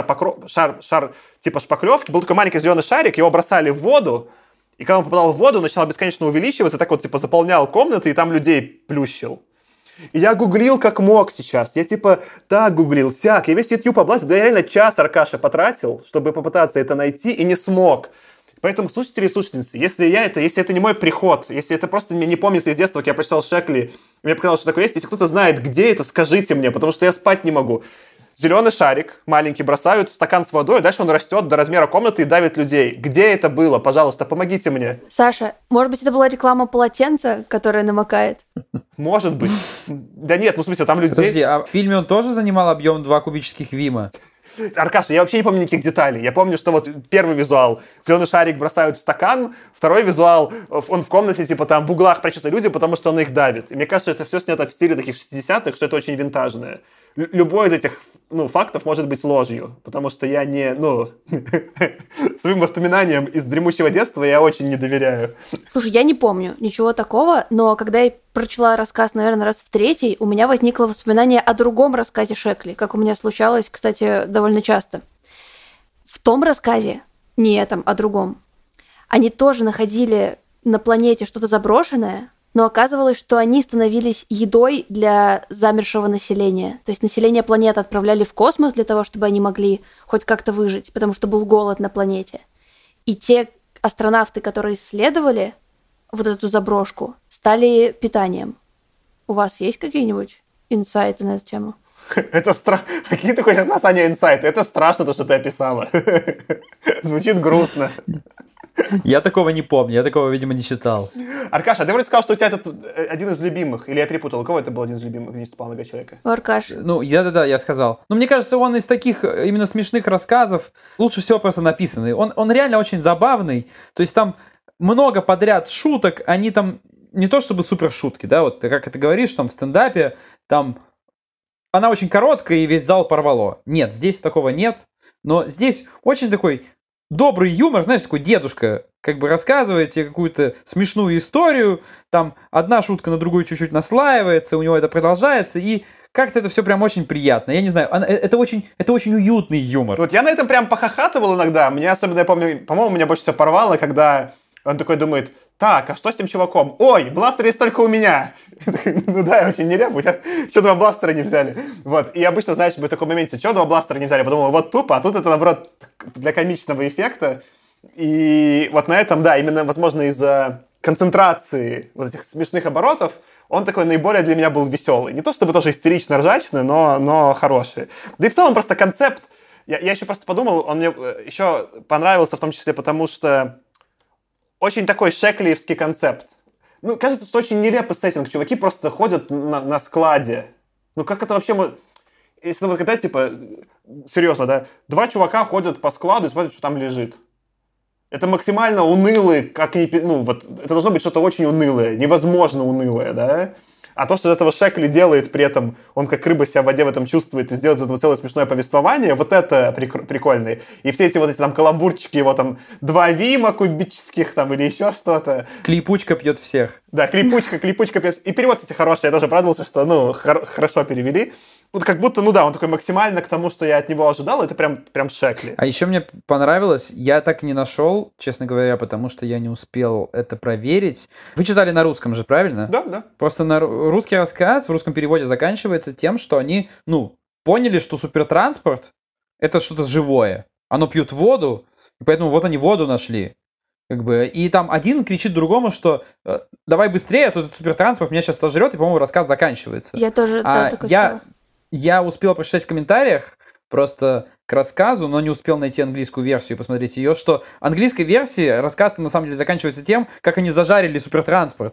Speaker 1: шар типа шпаклевки, был такой маленький зеленый шарик, его бросали в воду, и когда он попадал в воду, он начинал бесконечно увеличиваться, так вот, типа, заполнял комнаты и там людей плющил. И я гуглил как мог сейчас. Я, типа, так гуглил, сяк. Я весь YouTube облазил. Да я реально час, Аркаша, потратил, чтобы попытаться это найти, и не смог. Поэтому, слушатели и слушательницы, если это не мой приход, если это просто мне не помнится из детства, как я прочитал Шекли, и мне показалось, что такое есть, если кто-то знает, где это, скажите мне, потому что я спать не могу. Зеленый шарик маленький бросают в стакан с водой, дальше он растет до размера комнаты и давит людей. Где это было? Пожалуйста, помогите мне.
Speaker 3: Саша, может быть, это была реклама полотенца, которая намокает?
Speaker 1: Может быть. Да нет, в смысле, там людей...
Speaker 2: Подожди, а в фильме он тоже занимал объем 2 кубических Вима?
Speaker 1: Аркаша, я вообще не помню никаких деталей. Я помню, что вот первый визуал, зеленый шарик бросают в стакан, второй визуал, он в комнате, типа там в углах прячутся люди, потому что он их давит. И мне кажется, это все снято в стиле таких 60-х, что это очень винтажное. Любой из этих фактов может быть ложью, потому что я не, своим воспоминаниям из дремучего детства я очень не доверяю.
Speaker 3: Слушай, я не помню ничего такого, но когда я прочла рассказ, наверное, раз в третий, у меня возникло воспоминание о другом рассказе Шекли, как у меня случалось, кстати, довольно часто. В том рассказе, не этом, а другом, они тоже находили на планете что-то заброшенное, но оказывалось, что они становились едой для замершего населения. То есть население планеты отправляли в космос для того, чтобы они могли хоть как-то выжить, потому что был голод на планете. И те астронавты, которые исследовали вот эту заброшку, стали питанием. У вас есть какие-нибудь инсайты на эту тему?
Speaker 1: Это страшно. Какие ты хочешь от нас, Аня, инсайты? Это страшно, то, что ты описала. Звучит грустно.
Speaker 2: Я такого не помню, я такого, видимо, не читал.
Speaker 1: Аркаша, ты вроде сказал, что у тебя этот один из любимых. Или я перепутал? У кого это был один из любимых Денис Степана Человека?
Speaker 3: Аркаш.
Speaker 2: Ну, я сказал. Но мне кажется, он из таких именно смешных рассказов лучше всего просто написанный. Он реально очень забавный. То есть там много подряд шуток, они там не то чтобы супер шутки, да, вот ты как это говоришь, там в стендапе, там она очень короткая и весь зал порвало. Нет, здесь такого нет. Но здесь очень такой добрый юмор, знаешь, такой дедушка, как бы рассказывает тебе какую-то смешную историю, там одна шутка на другую чуть-чуть наслаивается, у него это продолжается, и как-то это все прям очень приятно. Я не знаю, это очень уютный юмор.
Speaker 1: Вот я на этом прям похохатывал иногда. Мне особенно, я помню, по-моему, меня больше всего порвало, когда он такой думает: так, а что с тем чуваком? Ой, бластер есть только у меня. Ну да, очень нелепо. Что два бластера не взяли? Вот. И обычно, знаешь, в таком моменте, что два бластера не взяли? Подумал, вот тупо, а тут это, наоборот, для комичного эффекта. И вот на этом, да, именно, возможно, из-за концентрации вот этих смешных оборотов, он такой наиболее для меня был веселый. Не то чтобы тоже истерично ржачный, но хороший. Да и в целом просто концепт. Я еще просто подумал, он мне еще понравился в том числе потому, что очень такой шеклиевский концепт. Ну, кажется, что очень нелепый сеттинг. Чуваки просто ходят на складе. Ну, как это вообще может... Если вот опять, типа, серьезно, да, два чувака ходят по складу и смотрят, что там лежит. Это максимально унылый, как и... Ну, вот, это должно быть что-то очень унылое, невозможно унылое, да? А то, что из этого Шекли делает, при этом он как рыба себя в воде в этом чувствует и сделает из этого целое смешное повествование, вот это прикольно. И все эти вот эти там каламбурчики, его там 2 вима кубических там или еще что-то.
Speaker 2: Клипучка пьет всех.
Speaker 1: Да, клипучка пьет. И перевод, кстати, хороший. Я тоже обрадовался, что, ну, хорошо перевели. Вот как будто, ну да, он такой максимально к тому, что я от него ожидал, это прям Шекли.
Speaker 2: А еще мне понравилось, я так и не нашел, честно говоря, потому что я не успел это проверить. Вы читали на русском же, правильно?
Speaker 1: Да.
Speaker 2: Просто русский рассказ в русском переводе заканчивается тем, что они, поняли, что супертранспорт — это что-то живое. Оно пьет воду, и поэтому вот они воду нашли. Как бы, и там один кричит другому, что давай быстрее, а то этот супертранспорт меня сейчас сожрет, и, по-моему, рассказ заканчивается.
Speaker 3: Я тоже, такой сказала.
Speaker 2: Я успел прочитать в комментариях просто к рассказу, но не успел найти английскую версию и посмотреть ее, что английской версии рассказ на самом деле заканчивается тем, как они зажарили супертранспорт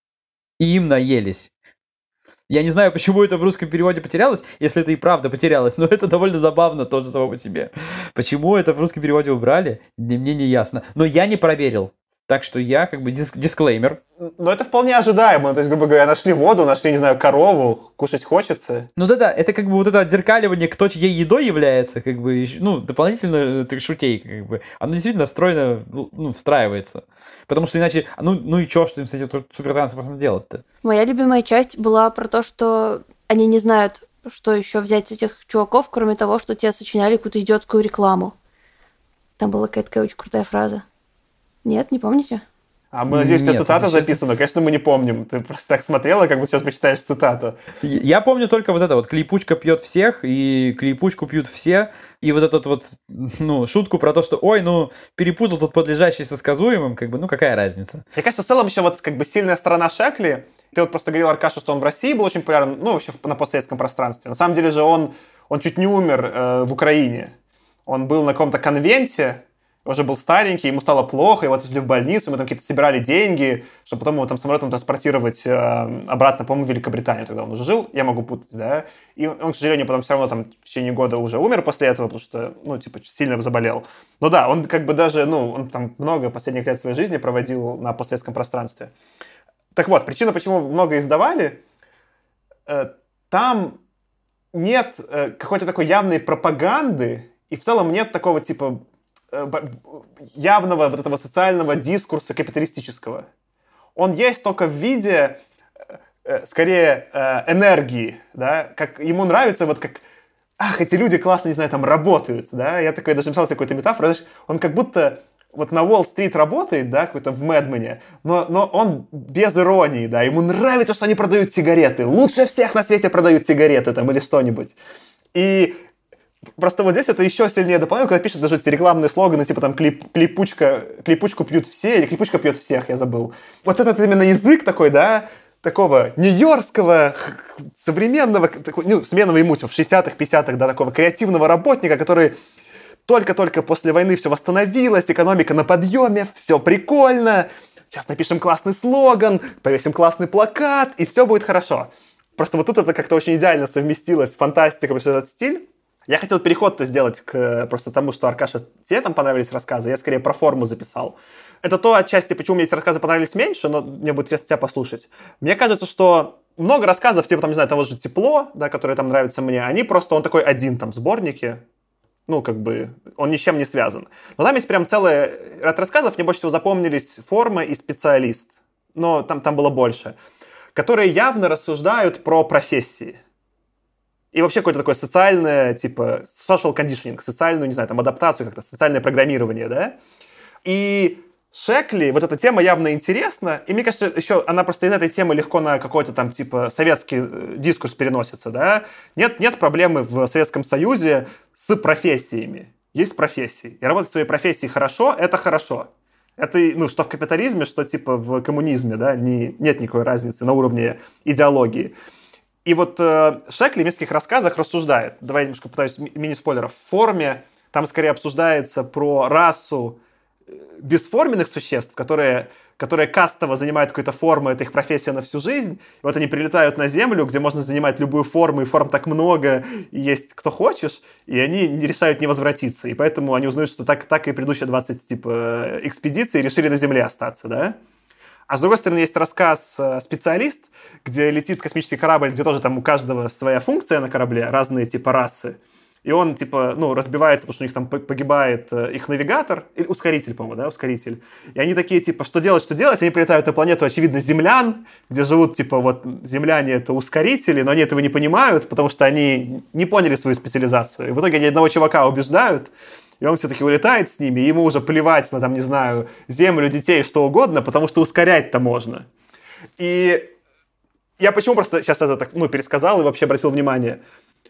Speaker 2: и им наелись. Я не знаю, почему это в русском переводе потерялось, если это и правда потерялось, но это довольно забавно тоже само по себе. Почему это в русском переводе убрали, мне не ясно. Но я не проверил. Так что я как бы дисклеймер.
Speaker 1: Но это вполне ожидаемо. То есть, грубо говоря, нашли воду, нашли, не знаю, корову, кушать хочется.
Speaker 2: Ну да, это как бы вот это отзеркаливание, кто чьей едой является, как бы, дополнительно шутей, как бы. Оно действительно встроено, встраивается. Потому что иначе, и что им с этим супертранспортом делать-то?
Speaker 3: Моя любимая часть была про то, что они не знают, что еще взять с этих чуваков, кроме того, что те сочиняли какую-то идиотскую рекламу. Там была какая-то очень крутая фраза. Нет, не помните?
Speaker 1: А мы, надеюсь, у тебя цитата записана? Конечно, мы не помним. Ты просто так смотрела, как бы сейчас почитаешь цитату.
Speaker 2: Я помню только вот это вот: клейпучка пьет всех, и клейпучку пьют все. И вот этот вот, шутку про то, что, перепутал тут подлежащий со сказуемым, как бы, какая разница?
Speaker 1: Мне кажется, в целом еще вот как бы сильная сторона Шекли. Ты вот просто говорил, Аркаша, что он в России был очень популярен, вообще на постсоветском пространстве. На самом деле же он чуть не умер в Украине. Он был на каком-то конвенте, уже был старенький, ему стало плохо, его отвезли в больницу, мы там какие-то собирали деньги, чтобы потом его там самолетом транспортировать обратно, по-моему, в Великобританию тогда он уже жил, я могу путать, да, и он, к сожалению, потом все равно там в течение года уже умер после этого, потому что, сильно заболел. Но да, он как бы даже, он там много последних лет своей жизни проводил на постсоветском пространстве. Так вот, причина, почему много издавали, там нет какой-то такой явной пропаганды, и в целом нет такого типа явного вот этого социального дискурса капиталистического. Он есть только в виде, скорее, энергии, да, как ему нравится вот как, эти люди классно, не знаю, там работают, да, я такой даже написал себе какую-то метафору, знаешь, он как будто вот на Уолл-стрит работает, да, какой-то в Мэдмене, но он без иронии, да, ему нравится, что они продают сигареты, лучше всех на свете продают сигареты там или что-нибудь. И просто вот здесь это еще сильнее дополняет, когда пишут даже эти рекламные слоганы, типа там клипучку пьют все, или клипучка пьет всех, я забыл. Вот этот именно язык такой, да, такого нью-йоркского, современного, сменного ему, в 60-х, 50-х, да, такого креативного работника, который только-только после войны все восстановилось, экономика на подъеме, все прикольно, сейчас напишем классный слоган, повесим классный плакат, и все будет хорошо. Просто вот тут это как-то очень идеально совместилось, фантастика, плюс этот стиль. Я хотел переход-то сделать к просто тому, что, Аркаша, тебе там понравились рассказы, я скорее про форму записал. Это то отчасти, почему мне эти рассказы понравились меньше, но мне будет интересно тебя послушать. Мне кажется, что много рассказов, типа, там, не знаю, того же «Тепло», да, которые там нравятся мне, они просто, он такой один там в сборнике, ну, как бы, он ни с чем не связан. Но там есть прям целый ряд рассказов, мне больше всего запомнились «Форма» и «Специалист», но там было больше, которые явно рассуждают про профессии. И вообще какое-то такое социальное, типа, social conditioning, социальную, не знаю, там, адаптацию как-то, социальное программирование, да? И Шекли, вот эта тема явно интересна, и мне кажется, еще она просто из этой темы легко на какой-то там, типа, советский дискурс переносится, да? Нет проблемы в Советском Союзе с профессиями. Есть профессии. И работать в своей профессии хорошо — это хорошо. Это, ну, что в капитализме, что, типа, в коммунизме, да? Нет никакой разницы на уровне идеологии. И вот Шекли в нескольких рассказах рассуждает, давай немножко пытаюсь мини-спойлеров, в «Форме» там скорее обсуждается про расу бесформенных существ, которые кастово занимают какую-то форму, это их профессия на всю жизнь. И вот они прилетают на Землю, где можно занимать любую форму, и форм так много, и есть кто хочешь, и они не решают не возвратиться. И поэтому они узнают, что так и предыдущие 20 типа экспедиций решили на Земле остаться, да? А с другой стороны, есть рассказ «Специалист», где летит космический корабль, где тоже там у каждого своя функция на корабле, разные типа расы. И он типа, ну, разбивается, потому что у них там погибает их навигатор, или ускоритель, по-моему, да, ускоритель. И они такие типа, что делать? Они прилетают на планету, очевидно, землян, где живут типа вот земляне — это ускорители, но они этого не понимают, потому что они не поняли свою специализацию. И в итоге они одного чувака убеждают, и он все-таки улетает с ними, и ему уже плевать на, там, не знаю, землю, детей, что угодно, потому что ускорять-то можно. И я почему просто сейчас это так, ну, пересказал и вообще обратил внимание.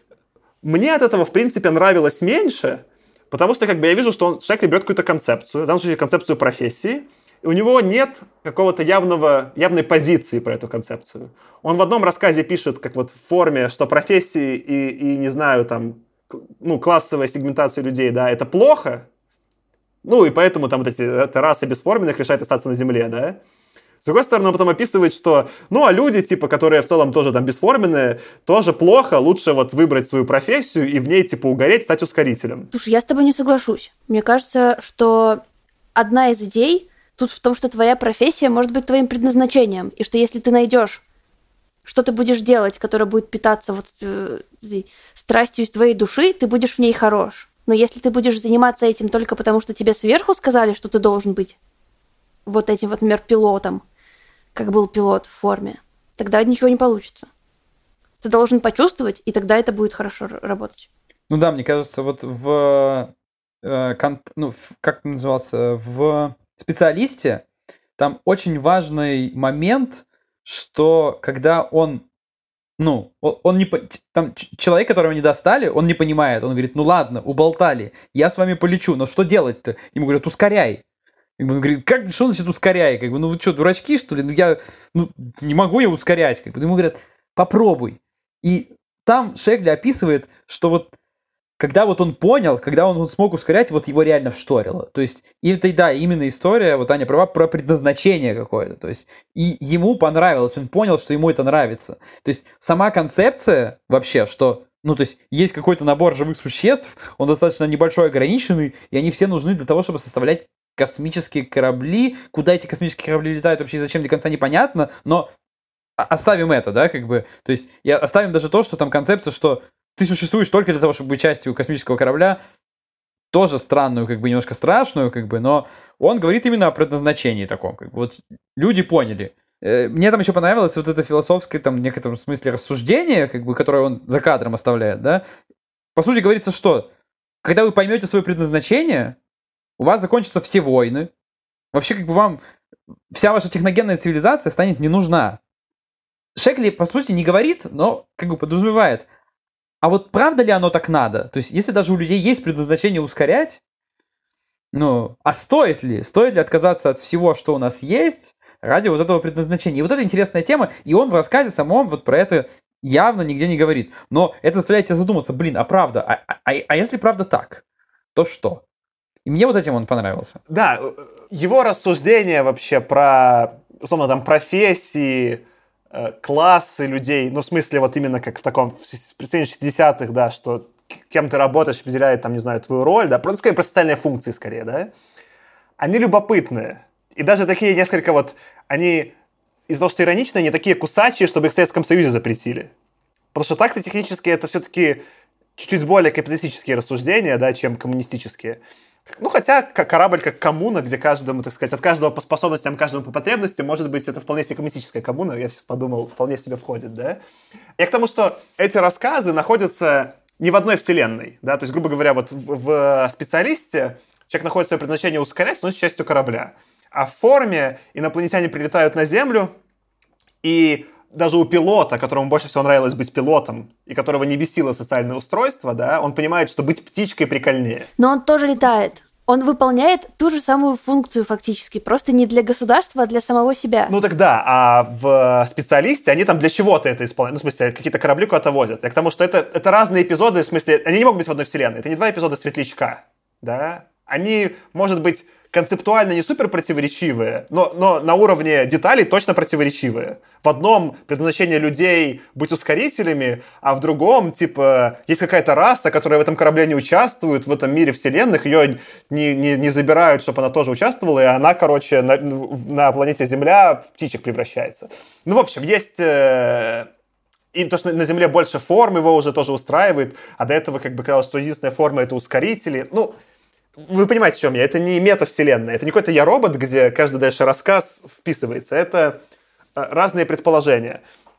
Speaker 1: Мне от этого, в принципе, нравилось меньше, потому что, как бы, я вижу, что Шекли берет какую-то концепцию, в данном случае концепцию профессии, и у него нет какого-то явной позиции про эту концепцию. Он в одном рассказе пишет, как вот в «Форме», что профессии и не знаю, там, ну, классовая сегментация людей, да, это плохо, ну, и поэтому там вот эта раса бесформенных решает остаться на Земле, да. С другой стороны, он потом описывает, что, ну, а люди, типа, которые в целом тоже там бесформенные, тоже плохо, лучше вот выбрать свою профессию и в ней, типа, угореть, стать ускорителем.
Speaker 3: Слушай, я с тобой не соглашусь. Мне кажется, что одна из идей тут в том, что твоя профессия может быть твоим предназначением, и что если ты найдешь, что ты будешь делать, которое будет питаться вот страстью из твоей души, ты будешь в ней хорош. Но если ты будешь заниматься этим только потому, что тебе сверху сказали, что ты должен быть вот этим вот, например, пилотом, как был пилот в «Форме», тогда ничего не получится. Ты должен почувствовать, и тогда это будет хорошо работать.
Speaker 2: Ну да, мне кажется, вот как назывался, в «Специалисте» там очень важный момент, что когда он не... Там человек, которого не достали, он не понимает. Он говорит, ну ладно, уболтали, я с вами полечу, но что делать-то? Ему говорят, ускоряй. И он говорит, что значит ускоряй? Как бы, ну вы что, дурачки, что ли? Не могу я ускорять. Как бы. Ему говорят, попробуй. И там Шекли описывает, что вот когда вот он понял, когда он смог ускорять, вот его реально вшторило. То есть, и это, да, именно история, вот Аня права, про предназначение какое-то. То есть, и ему понравилось, он понял, что ему это нравится. То есть, сама концепция вообще, что, ну, то есть, есть какой-то набор живых существ, он достаточно небольшой, ограниченный, и они все нужны для того, чтобы составлять космические корабли. Куда эти космические корабли летают, вообще зачем, до конца непонятно, но оставим это, да, как бы. То есть, оставим даже то, что там концепция, что ты существуешь только для того, чтобы быть частью космического корабля, тоже странную, как бы, немножко страшную, как бы, но он говорит именно о предназначении таком, как бы, вот люди поняли. Мне там еще понравилось вот это философское, там, в некотором смысле рассуждение, как бы, которое он за кадром оставляет, да. По сути, говорится, что, когда вы поймете свое предназначение, у вас закончатся все войны. Вообще, как бы вам вся ваша техногенная цивилизация станет не нужна. Шекли, по сути, не говорит, но как бы подразумевает. А вот правда ли оно так надо? То есть, если даже у людей есть предназначение ускорять, ну, а стоит ли? Стоит ли отказаться от всего, что у нас есть, ради вот этого предназначения? И вот это интересная тема, и он в рассказе самом вот про это явно нигде не говорит. Но это заставляет тебя задуматься, блин, а правда? А если правда так, то что? И мне вот этим он понравился.
Speaker 1: Да, его рассуждения вообще про, условно, там, профессии, классы людей, ну, в смысле, вот именно как в таком представлении 60-х, да, что кем ты работаешь, определяет, там, не знаю, твою роль, да, просто, скорее, про социальные функции, скорее, да, они любопытные. И даже такие несколько вот, они из-за того, что ироничные, они такие кусачие, чтобы их в Советском Союзе запретили. Потому что так-то технически это все-таки чуть-чуть более капиталистические рассуждения, да, чем коммунистические. Ну, хотя корабль как коммуна, где каждому, так сказать, от каждого по способностям, каждому по потребностям, может быть, это вполне себе коммунистическая коммуна, я сейчас подумал, вполне себе входит, да. Я к тому, что эти рассказы находятся не в одной вселенной, да, то есть, грубо говоря, вот в «Специалисте» человек находит свое предназначение ускорять, становится частью корабля, а в «Форме» инопланетяне прилетают на Землю, и даже у пилота, которому больше всего нравилось быть пилотом, и которого не бесило социальное устройство, да, он понимает, что быть птичкой прикольнее.
Speaker 3: Но он тоже летает. Он выполняет ту же самую функцию фактически, просто не для государства, а для самого себя.
Speaker 1: Ну тогда, а в «Специалисте» они там для чего-то это исполняют, ну, в смысле, какие-то корабли куда-то возят. Я к тому, что это разные эпизоды, в смысле, они не могут быть в одной вселенной, это не два эпизода «Светлячка», да. Они, может быть, концептуально не супер противоречивые, но на уровне деталей точно противоречивые. В одном предназначение людей быть ускорителями, а в другом, типа, есть какая-то раса, которая в этом корабле не участвует, в этом мире вселенных, ее не забирают, чтобы она тоже участвовала, и она, короче, на планете Земля в птичек превращается. Ну, в общем, есть... И то, что на Земле больше форм, его уже тоже устраивает, а до этого, как бы, казалось, что единственная форма — это ускорители. Ну, вы понимаете, в чем я. Это не метавселенная. Это не какой-то «Я робот», где каждый дальше рассказ вписывается. Это разные предположения.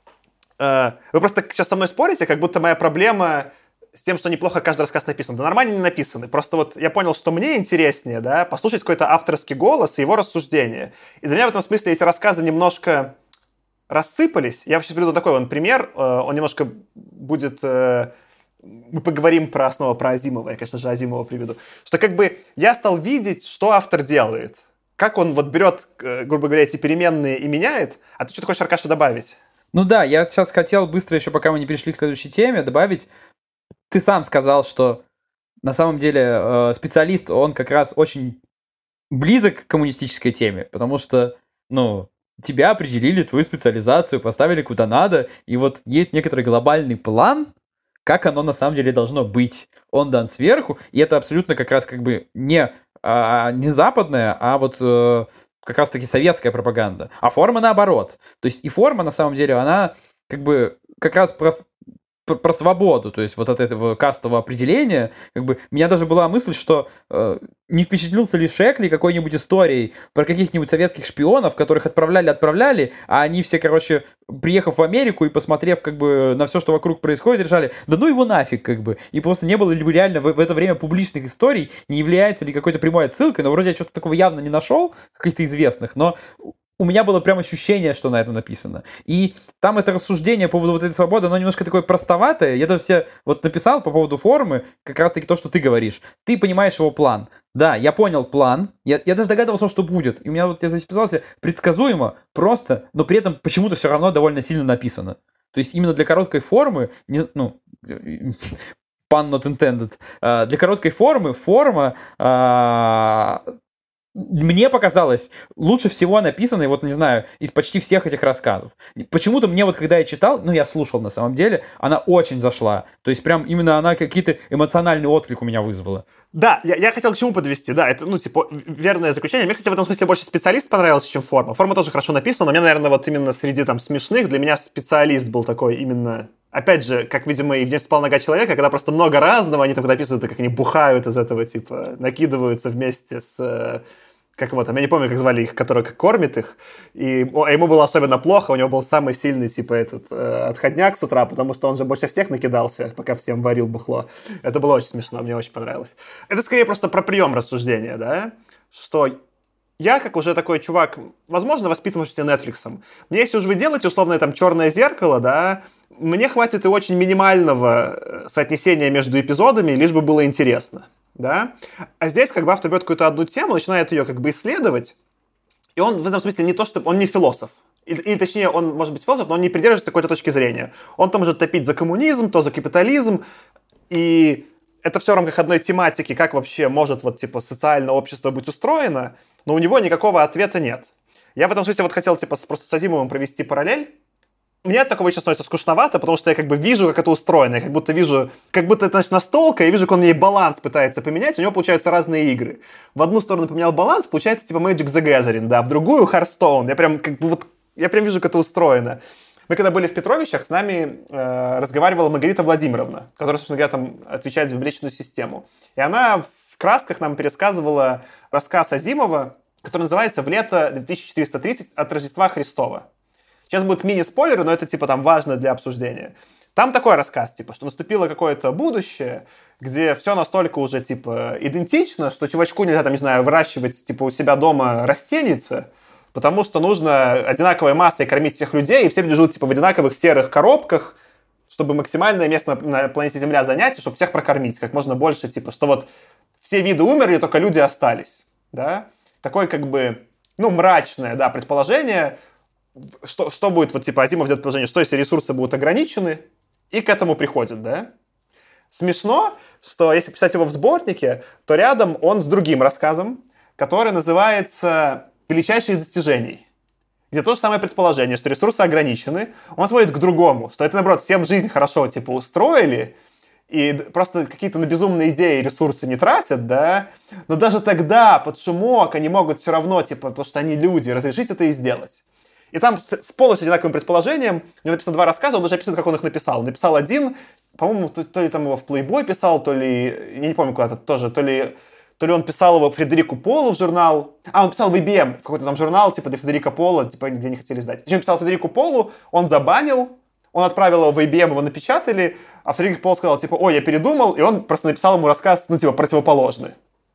Speaker 1: Вы просто сейчас со мной спорите, как будто моя проблема с тем, что неплохо каждый рассказ написан. Да нормально не написаны. Просто вот я понял, что мне интереснее, да, послушать какой-то авторский голос и его рассуждения. И для меня в этом смысле эти рассказы немножко рассыпались. Я сейчас приведу такой пример. Он немножко будет... Мы поговорим про основу, про Азимова. Я, конечно же, Азимова приведу. Что как бы я стал видеть, что автор делает. Как он вот берет, грубо говоря, эти переменные и меняет. А ты что-то хочешь, Аркаша, добавить?
Speaker 2: Ну да, я сейчас хотел быстро еще, пока мы не перешли к следующей теме, добавить. Ты сам сказал, что на самом деле «Специалист», он как раз очень близок к коммунистической теме. Потому что, ну, тебя определили, твою специализацию, поставили куда надо. И вот есть некоторый глобальный план, как оно на самом деле должно быть. Он дан сверху, и это абсолютно как раз как бы не западная, а вот как раз-таки советская пропаганда. А форма наоборот. То есть и форма на самом деле, она как бы как раз про свободу, то есть вот от этого кастового определения, как бы, у меня даже была мысль, что не впечатлился ли Шекли какой-нибудь историей про каких-нибудь советских шпионов, которых отправляли, а они все, короче, приехав в Америку и посмотрев как бы на все, что вокруг происходит, решали, да ну его нафиг, как бы, и просто не было ли реально в это время публичных историй, не является ли какой-то прямой отсылкой, но вроде я что-то такого явно не нашел, каких-то известных, но у меня было прям ощущение, что на этом написано. И там это рассуждение по поводу вот этой свободы, оно немножко такое простоватое. Я даже все вот написал по поводу формы, как раз-таки то, что ты говоришь. Ты понимаешь его план. Да, я понял план. Я даже догадывался, что будет. И у меня вот, я записался, предсказуемо, просто, но при этом почему-то все равно довольно сильно написано. То есть именно для короткой формы, pun not intended, для короткой формы форма... Мне показалось, лучше всего написанной, вот, не знаю, из почти всех этих рассказов. Почему-то мне вот, когда я читал, я слушал на самом деле, она очень зашла. То есть прям именно она какие-то эмоциональный отклик у меня вызвала.
Speaker 1: Да, я хотел к чему подвести. Да, это, верное заключение. Мне, кстати, в этом смысле больше «Специалист» понравился, чем «Форма». «Форма» тоже хорошо написана, но мне, наверное, вот именно среди там смешных для меня «Специалист» был такой именно... Опять же, как, видимо, и в «День спала нога человека», когда просто много разного, они там описывают, как они бухают из этого, типа, накидываются вместе с как его там, я не помню, как звали их, который кормит их, и ему было особенно плохо, у него был самый сильный, типа, отходняк с утра, потому что он же больше всех накидался, пока всем варил бухло. Это было очень смешно, мне очень понравилось. Это скорее просто про прием рассуждения, да, что я, как уже такой чувак, возможно, воспитывавшийся Netflix'ом, мне, если уж вы делаете условное там черное зеркало, да, мне хватит и очень минимального соотнесения между эпизодами, лишь бы было интересно. Да? А здесь как бы автор берет какую-то одну тему, начинает ее как бы исследовать, и он в этом смысле не то, что он не философ. Или точнее, он может быть философ, но он не придерживается какой-то точки зрения. Он то может топить за коммунизм, то за капитализм, и это все в рамках одной тематики, как вообще может вот типа социальное общество быть устроено, но у него никакого ответа нет. Я в этом смысле вот хотел типа просто с Азимовым провести параллель. Мне от такого сейчас становится скучновато, потому что я как бы вижу, как это устроено. Я как будто это, значит, настолка, я вижу, как он ей баланс пытается поменять, у него получаются разные игры. В одну сторону поменял баланс, получается типа Magic the Gathering, да, в другую Hearthstone. Я прям вижу, как это устроено. Мы когда были в Петровичах, с нами разговаривала Маргарита Владимировна, которая, собственно говоря, там отвечает за библиотечную систему. И она в красках нам пересказывала рассказ Азимова, который называется «В лето 2430 от Рождества Христова». Сейчас будут мини-спойлеры, но это, типа, там важно для обсуждения. Там такой рассказ, типа, что наступило какое-то будущее, где все настолько уже, типа, идентично, что чувачку нельзя, там, не знаю, выращивать, типа, у себя дома растеница, потому что нужно одинаковой массой кормить всех людей, и все люди живут, типа, в одинаковых серых коробках, чтобы максимальное место на планете Земля занять, и чтобы всех прокормить как можно больше, типа, что вот все виды умерли, только люди остались, да? Такое, как бы, мрачное, да, предположение. Что будет, вот, типа, Азимов делает предположение, что если ресурсы будут ограничены, и к этому приходят, да? Смешно, что если писать его в сборнике, то рядом он с другим рассказом, который называется «Величайшие из достижений», где то же самое предположение, что ресурсы ограничены, он сводит к другому, что это, наоборот, всем жизнь хорошо, типа, устроили, и просто какие-то на безумные идеи ресурсы не тратят, да? Но даже тогда, под шумок, они могут все равно, типа, потому что они люди, разрешить это и сделать. И там с полностью одинаковым предположением, у него написано 2 рассказа, он даже описывает, как он их написал. Он написал один, по-моему, то ли там его в Playboy писал, то ли, я не помню куда-то тоже, то ли он писал его Фредерику Полу в журнал. Он писал в IBM, в какой-то там журнал, типа, для Фредерика Пола, типа, где не хотели сдать. Он писал Фредерику Полу, он забанил, он отправил его в IBM, его напечатали, а Фредерик Пол сказал, типа, ой, я передумал, и он просто написал ему рассказ, противоположный.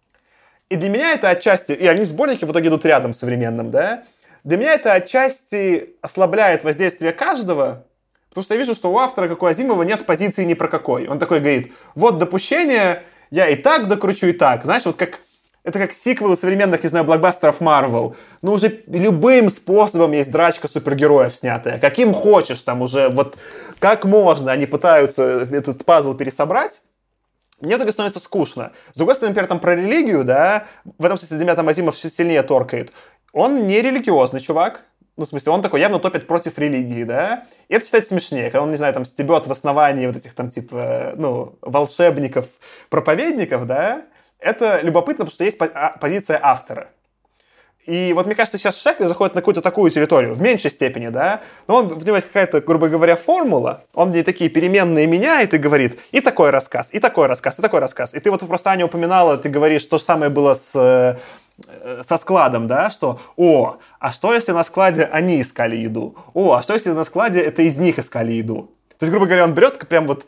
Speaker 1: И для меня это отчасти, и они в сборнике в итоге идут рядом с современным, да? Для меня это отчасти ослабляет воздействие каждого, потому что я вижу, что у автора, как у Азимова, нет позиции ни про какой. Он такой говорит, вот допущение, я и так докручу, и так. Знаешь, вот это как сиквелы современных, не знаю, блокбастеров Marvel. Уже любым способом есть драчка супергероев снятая. Каким хочешь, там уже вот как можно они пытаются этот пазл пересобрать. Мне в итоге становится скучно. С другой стороны, например, там про религию, да, в этом смысле для меня там Азимов сильнее торкает. Он не религиозный чувак. В смысле, он такой явно топит против религии, да? И это считается смешнее, когда он, не знаю, там, стебет в основании вот этих там, типа, волшебников, проповедников, да? Это любопытно, потому что есть позиция автора. И вот мне кажется, сейчас Шекли заходит на какую-то такую территорию, в меньшей степени, да? Но в него есть какая-то, грубо говоря, формула, он мне такие переменные меняет и говорит, и такой рассказ, и такой рассказ, и такой рассказ. И ты вот просто, Аня, упоминала, ты говоришь, то же самое было со складом, да, что, а что если на складе они искали еду? А что если на складе это из них искали еду? То есть, грубо говоря, он берет прям вот,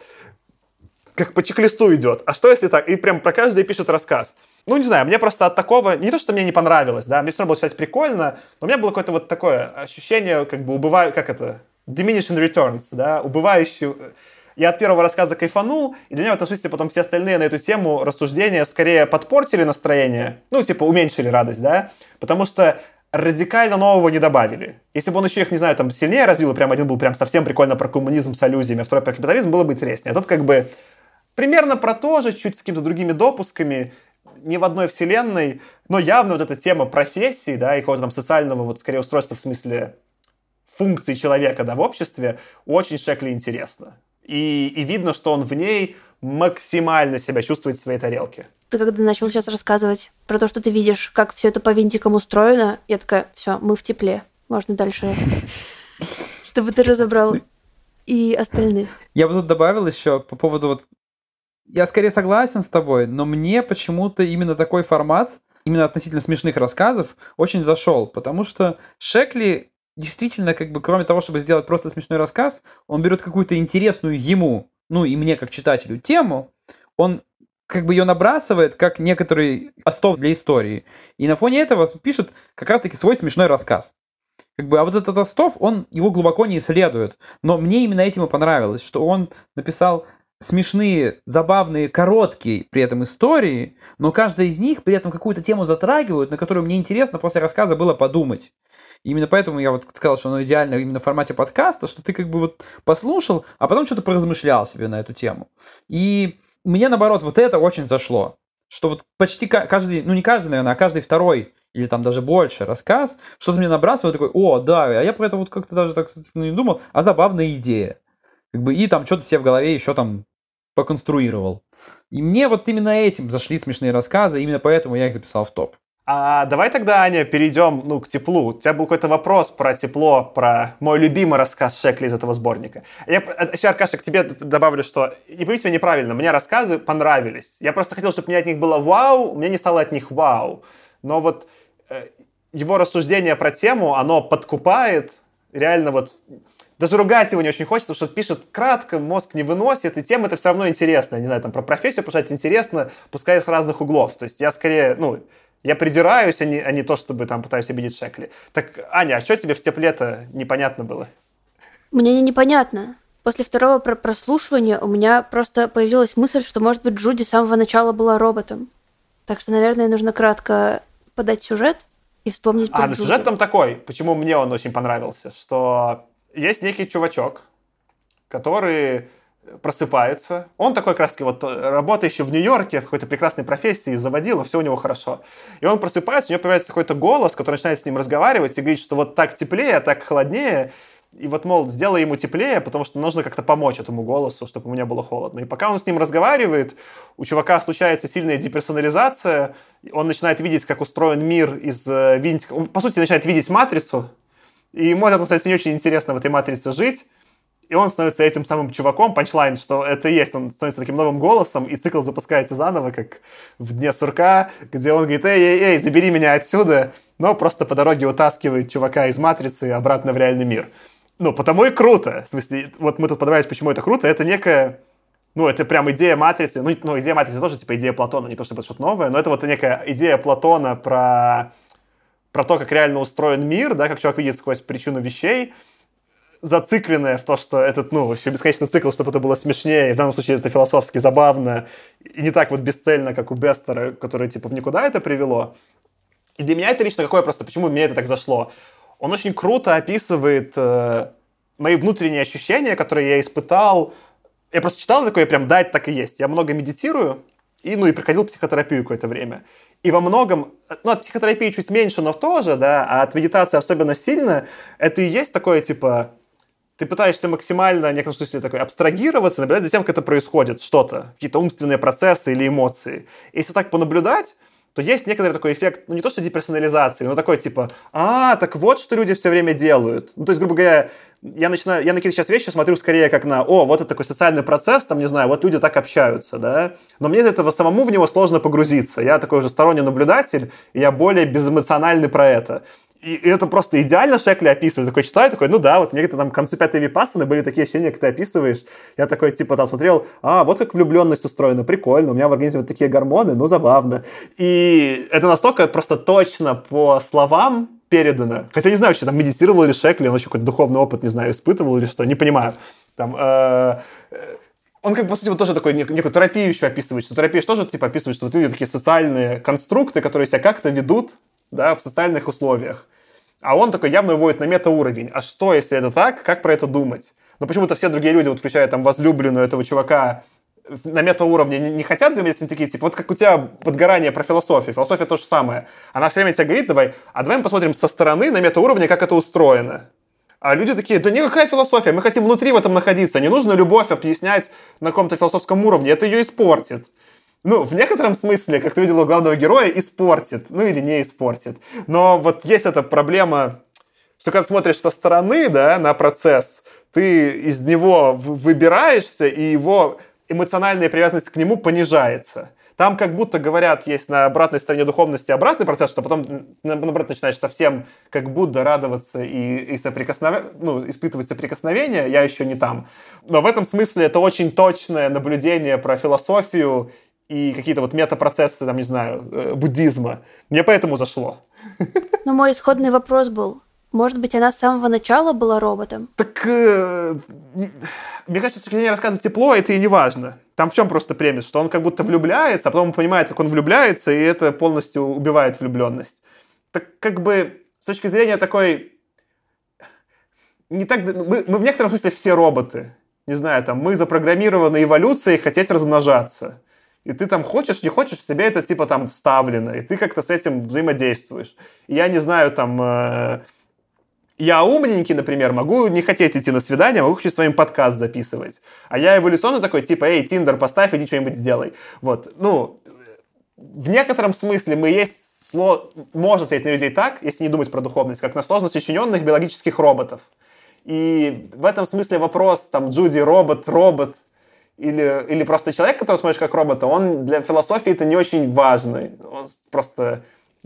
Speaker 1: как по чек-листу идет. А что если так? И прям про каждый пишет рассказ. Не знаю, мне просто от такого, не то, что мне не понравилось, да, мне все равно было читать прикольно, но у меня было какое-то вот такое ощущение, как бы diminishing returns, да, убывающий. Я от первого рассказа кайфанул, и для меня в этом смысле потом все остальные на эту тему рассуждения скорее подпортили настроение, уменьшили радость, да, потому что радикально нового не добавили. Если бы он еще их, не знаю, там сильнее развил, прям один был прям совсем прикольно про коммунизм с аллюзиями, а второй про капитализм, было бы интереснее. А тут как бы примерно про то же, чуть с какими-то другими допусками, не в одной вселенной, но явно вот эта тема профессии, да, и какого-то там социального, вот скорее устройства в смысле функций человека, да, в обществе, очень Шекли интересно. И видно, что он в ней максимально себя чувствует в своей тарелке.
Speaker 3: Ты когда начал сейчас рассказывать про то, что ты видишь, как все это по винтикам устроено, я такая, все, мы в тепле, можно дальше, чтобы ты разобрал и остальных.
Speaker 2: Я бы тут добавил еще по поводу я скорее согласен с тобой, но мне почему-то именно такой формат именно относительно смешных рассказов очень зашел, потому что Шекли действительно, как бы, кроме того, чтобы сделать просто смешной рассказ, он берет какую-то интересную ему, ну и мне как читателю, тему, он как бы ее набрасывает, как некоторый остов для истории. И на фоне этого пишет как раз-таки свой смешной рассказ. Как бы, а вот этот остов, он его глубоко не исследует. Но мне именно этим и понравилось, что он написал смешные, забавные, короткие при этом истории, но каждая из них при этом какую-то тему затрагивает, на которую мне интересно после рассказа было подумать. И именно поэтому я вот сказал, что оно идеально именно в формате подкаста, что ты как бы вот послушал, а потом что-то поразмышлял себе на эту тему. И мне, наоборот, вот это очень зашло. Что вот почти каждый, ну не каждый, наверное, а каждый второй или там даже больше рассказ, что-то мне набрасывает, такой, о, да, а я про это вот как-то даже так не думал, а забавная идея. Как бы, и там что-то себе в голове еще там поконструировал. И мне вот именно этим зашли смешные рассказы, именно поэтому я их записал в топ.
Speaker 1: А давай тогда, Аня, перейдем к теплу. У тебя был какой-то вопрос про тепло, про мой любимый рассказ Шекли из этого сборника. Я сейчас, Аркаша, к тебе добавлю, что, не поймите меня неправильно, мне рассказы понравились. Я просто хотел, чтобы мне от них было вау, мне не стало от них вау. Но вот его рассуждение про тему, оно подкупает, реально вот... Даже ругать его не очень хочется, потому что пишет кратко, мозг не выносит, и тема это все равно интересная. Не знаю, там про профессию писать интересно, пускай с разных углов. То есть я скорее, я придираюсь, а не то, чтобы там пытаюсь обидеть Шекли. Так, Аня, а что тебе в тепле-то непонятно было?
Speaker 3: Мне непонятно. После второго прослушивания у меня просто появилась мысль, что, может быть, Джуди с самого начала была роботом. Так что, наверное, нужно кратко подать сюжет и вспомнить про Джуди.
Speaker 1: Сюжет там такой, почему мне он очень понравился, что есть некий чувачок, который просыпается. Он такой как раз-таки вот работающий в Нью-Йорке в какой-то прекрасной профессии, заводил, все у него хорошо. И он просыпается, у него появляется какой-то голос, который начинает с ним разговаривать и говорит, что вот так теплее, так холоднее. И вот, мол, сделай ему теплее, потому что нужно как-то помочь этому голосу, чтобы ему не было холодно. И пока он с ним разговаривает, у чувака случается сильная деперсонализация, он начинает видеть, как устроен мир из винтиков. Он, по сути, начинает видеть матрицу, и ему это, кстати, не очень интересно в этой матрице жить. И он становится этим самым чуваком, панчлайн, что это и есть, он становится таким новым голосом, и цикл запускается заново, как в «Дне сурка», где он говорит, эй, забери меня отсюда, но просто по дороге утаскивает чувака из матрицы обратно в реальный мир. Потому и круто. В смысле, вот мы тут подобрались, почему это круто. Это некая, это прям идея матрицы. Идея матрицы тоже, типа, идея Платона, не то чтобы что-то новое, но это вот некая идея Платона про то, как реально устроен мир, да, как человек видит сквозь причину вещей, зацикленная в то, что этот, вообще бесконечный цикл, чтобы это было смешнее, и в данном случае это философски забавно, и не так вот бесцельно, как у Бестера, который, типа, в никуда это привело. И для меня это лично какое просто, почему мне это так зашло? Он очень круто описывает мои внутренние ощущения, которые я испытал. Я просто читал такое, прям, да, это так и есть. Я много медитирую, и проходил психотерапию какое-то время. И во многом, от психотерапии чуть меньше, но тоже, да, а от медитации особенно сильно, это и есть такое, типа, ты пытаешься максимально, в некотором смысле, такой, абстрагироваться, наблюдать за тем, как это происходит, что-то, какие-то умственные процессы или эмоции. Если так понаблюдать, то есть некоторый такой эффект, не то что деперсонализации, но такой, типа, так вот, что люди все время делают. То есть, грубо говоря, я на какие-то сейчас вещи смотрю скорее как на, вот это такой социальный процесс, там, не знаю, вот люди так общаются, да. Но мне из этого самому в него сложно погрузиться. Я такой уже сторонний наблюдатель, и я более безэмоциональный про это. И это просто идеально Шекли описывает. Такой читаю, такой, вот мне там к концу пятой випассаны были такие ощущения, как ты описываешь. Я такой, типа, там смотрел, вот как влюбленность устроена, прикольно, у меня в организме вот такие гормоны, забавно. И это настолько просто точно по словам передано. Хотя не знаю, вообще, там медитировал ли Шекли, он еще какой-то духовный опыт, не знаю, испытывал или что, не понимаю. Там, он, как бы, по сути, вот тоже такой некую терапию еще описывает, что терапия тоже, типа, описывает, что вот люди такие социальные конструкты, которые себя как-то ведут, да, в социальных условиях. А он такой явно выводит на метауровень. А что, если это так? Как про это думать? Почему-то все другие люди, вот включая там возлюбленную этого чувака, на метауровне не хотят взаимодействовать, такие, типа, вот как у тебя подгорание про философию. Философия то же самое. Она все время тебе говорит, давай мы посмотрим со стороны на метауровне, как это устроено. А люди такие, да никакая философия, мы хотим внутри в этом находиться. Не нужно любовь объяснять на каком-то философском уровне, это ее испортит. В некотором смысле, как ты видел у главного героя, испортит. Или не испортит. Но вот есть эта проблема, что когда смотришь со стороны, да, на процесс, ты из него выбираешься, и его эмоциональная привязанность к нему понижается. Там как будто говорят, есть на обратной стороне духовности обратный процесс, что потом, наоборот, начинаешь совсем как будто радоваться и испытывать соприкосновение, я еще не там. Но в этом смысле это очень точное наблюдение про философию и какие-то вот метапроцессы, там, не знаю, буддизма. Мне поэтому зашло.
Speaker 3: Но мой исходный вопрос был, может быть, она с самого начала была роботом?
Speaker 1: Так, мне кажется, что не рассказывать тепло, это и не важно. Там в чем просто премис, что он как будто влюбляется, а потом он понимает, как он влюбляется, и это полностью убивает влюбленность. Так как бы с точки зрения такой... Не так... Мы в некотором смысле все роботы. Не знаю, там, мы запрограммированы эволюцией хотеть размножаться. И ты там хочешь, не хочешь, в себе это типа там вставлено, и ты как-то с этим взаимодействуешь. И я не знаю, там... Я умненький, например, могу не хотеть идти на свидание, могу хочу с вами подкаст записывать. А я эволюционно такой, типа, эй, Тиндер, поставь, иди что-нибудь сделай. Вот, ну, в некотором смысле мы есть, можно смотреть на людей так, если не думать про духовность, как на сложно сочиненных биологических роботов. И в этом смысле вопрос, там, Джуди робот, или просто человек, который смотришь как робота, он для философии это не очень важный. Он просто...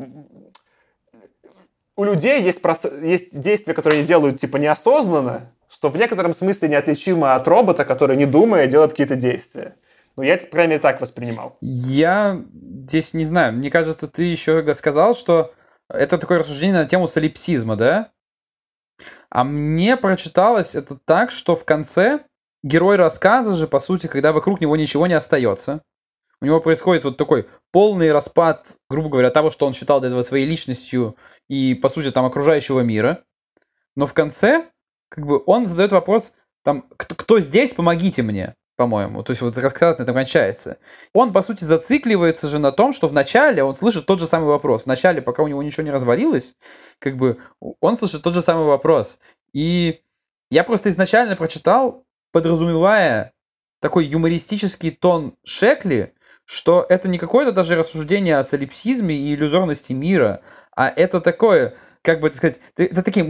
Speaker 1: У людей есть действия, которые они делают типа неосознанно, что в некотором смысле неотличимо от робота, который, не думая, делает какие-то действия. Ну, я это, по крайней мере, так воспринимал.
Speaker 2: Я здесь не знаю. Мне кажется, ты еще сказал, что это такое рассуждение на тему солипсизма, да? А мне прочиталось это так, что в конце герой рассказа же, по сути, когда вокруг него ничего не остается, у него происходит вот такой полный распад, грубо говоря, того, что он считал до этого своей личностью и, по сути, там, окружающего мира. Но в конце, как бы, он задает вопрос, там, кто здесь, помогите мне, по-моему. То есть вот рассказ на этом кончается. Он, по сути, зацикливается же на том, что вначале он слышит тот же самый вопрос. Вначале, пока у него ничего не развалилось, как бы, он слышит тот же самый вопрос. И я просто изначально прочитал, подразумевая такой юмористический тон Шекли, что это не какое-то даже рассуждение о солипсизме и иллюзорности мира, а это такое, как бы это сказать, это такие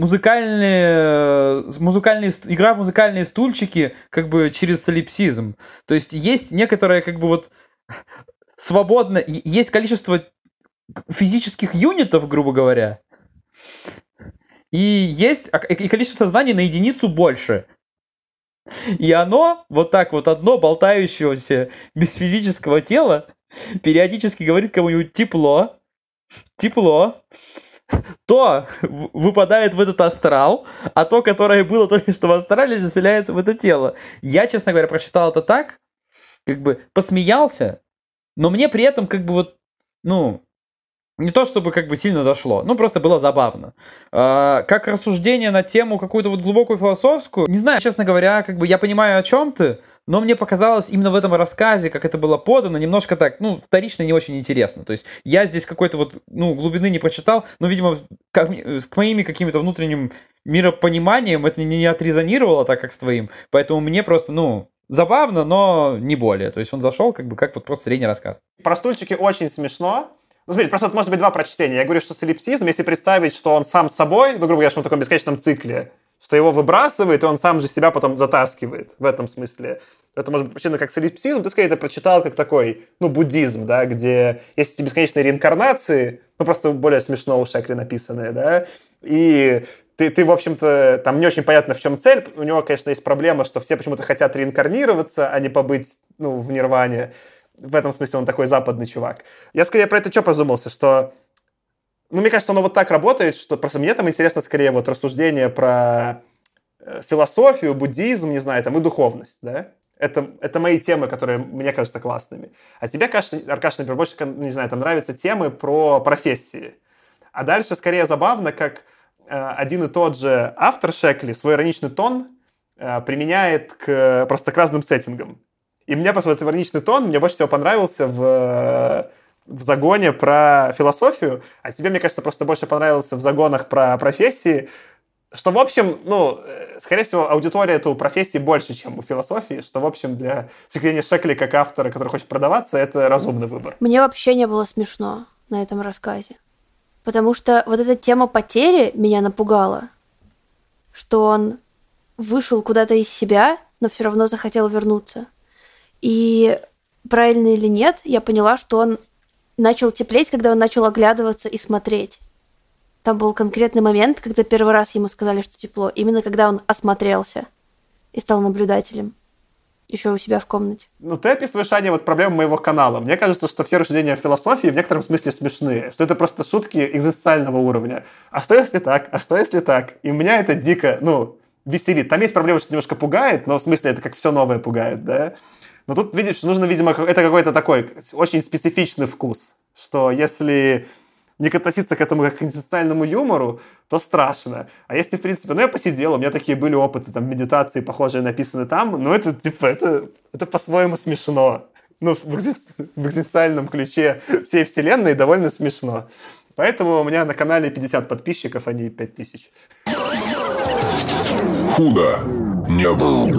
Speaker 2: игра в музыкальные стульчики, как бы через солипсизм. То есть есть некоторое, как бы вот свободно, есть количество физических юнитов, грубо говоря, и есть и количество знаний на единицу больше. И оно, вот так вот одно болтающееся без физического тела, периодически говорит кому-нибудь тепло, то выпадает в этот астрал, а то, которое было только что в астрале, заселяется в это тело. Я, честно говоря, прочитал это так, как бы посмеялся, но мне при этом как бы вот, ну, не то чтобы как бы сильно зашло, ну просто было забавно. Как рассуждение на тему какую-то вот глубокую философскую, не знаю, честно говоря, как бы я понимаю, о чем ты, но мне показалось именно в этом рассказе, как это было подано, немножко так, ну, вторично не очень интересно. То есть я здесь какой-то вот, ну, глубины не прочитал, но, видимо, с моими какими-то внутренним миропониманием это не отрезонировало так, как с твоим. Поэтому мне просто, ну, забавно, но не более. То есть он зашел как бы как вот просто средний рассказ.
Speaker 1: Про стульчики очень смешно. Ну, смотрите, просто это может быть два прочтения. Я говорю, что солипсизм, если представить, что он сам собой, ну, грубо говоря, что он в таком бесконечном цикле, что его выбрасывает, и он сам же себя потом затаскивает в этом смысле. Это может быть причина как солипсизм, ты скорее это прочитал как такой, ну, буддизм, да, где есть эти бесконечные реинкарнации, ну, просто более смешно у Шекли написанные, да, и ты, в общем-то, там не очень понятно, в чем цель. У него, конечно, есть проблема, что все почему-то хотят реинкарнироваться, а не побыть, ну, в нирване. В этом смысле он такой западный чувак. Я скорее про это что подумался, что... Ну, мне кажется, оно вот так работает, что просто мне там интересно скорее вот рассуждение про философию, буддизм, не знаю, там и духовность, да? Это мои темы, которые мне кажутся классными. А тебе, кажется, Аркаш, например, больше, не знаю, там нравятся темы про профессии. А дальше скорее забавно, как один и тот же автор Шекли свой ироничный тон применяет просто к разным сеттингам. И мне просто этот ироничный тон мне больше всего понравился в загоне про философию, а тебе, мне кажется, просто больше понравился в загонах про профессии, что, в общем, ну, скорее всего, аудитория этой профессии больше, чем у философии, что, в общем, для Евгения Шекли как автора, который хочет продаваться, это разумный выбор.
Speaker 3: Мне вообще не было смешно на этом рассказе, потому что вот эта тема потери меня напугала, что он вышел куда-то из себя, но все равно захотел вернуться. И правильно или нет, я поняла, что он начал теплеть, когда он начал оглядываться и смотреть. Там был конкретный момент, когда первый раз ему сказали, что тепло. Именно когда он осмотрелся и стал наблюдателем. Еще у себя в комнате.
Speaker 1: Ну, ты описываешь, Аня, вот проблему моего канала. Мне кажется, что все рассуждения в философии в некотором смысле смешные. Что это просто шутки экзистенциального уровня. А что если так? А что если так? И меня это дико, веселит. Там есть проблема, что немножко пугает, но в смысле это как все новое пугает, да? Но тут, видишь, нужно, видимо, это какой-то такой очень специфичный вкус. Что если не относиться к этому как к экзистенциальному юмору, то страшно. А если, в принципе, я посидел, у меня такие были опыты, там, медитации, похожие, написаны там, но это, типа, это по-своему смешно. В экзистенциальном ключе всей вселенной довольно смешно. Поэтому у меня на канале 50 подписчиков, а не 5000.
Speaker 4: Худо не был.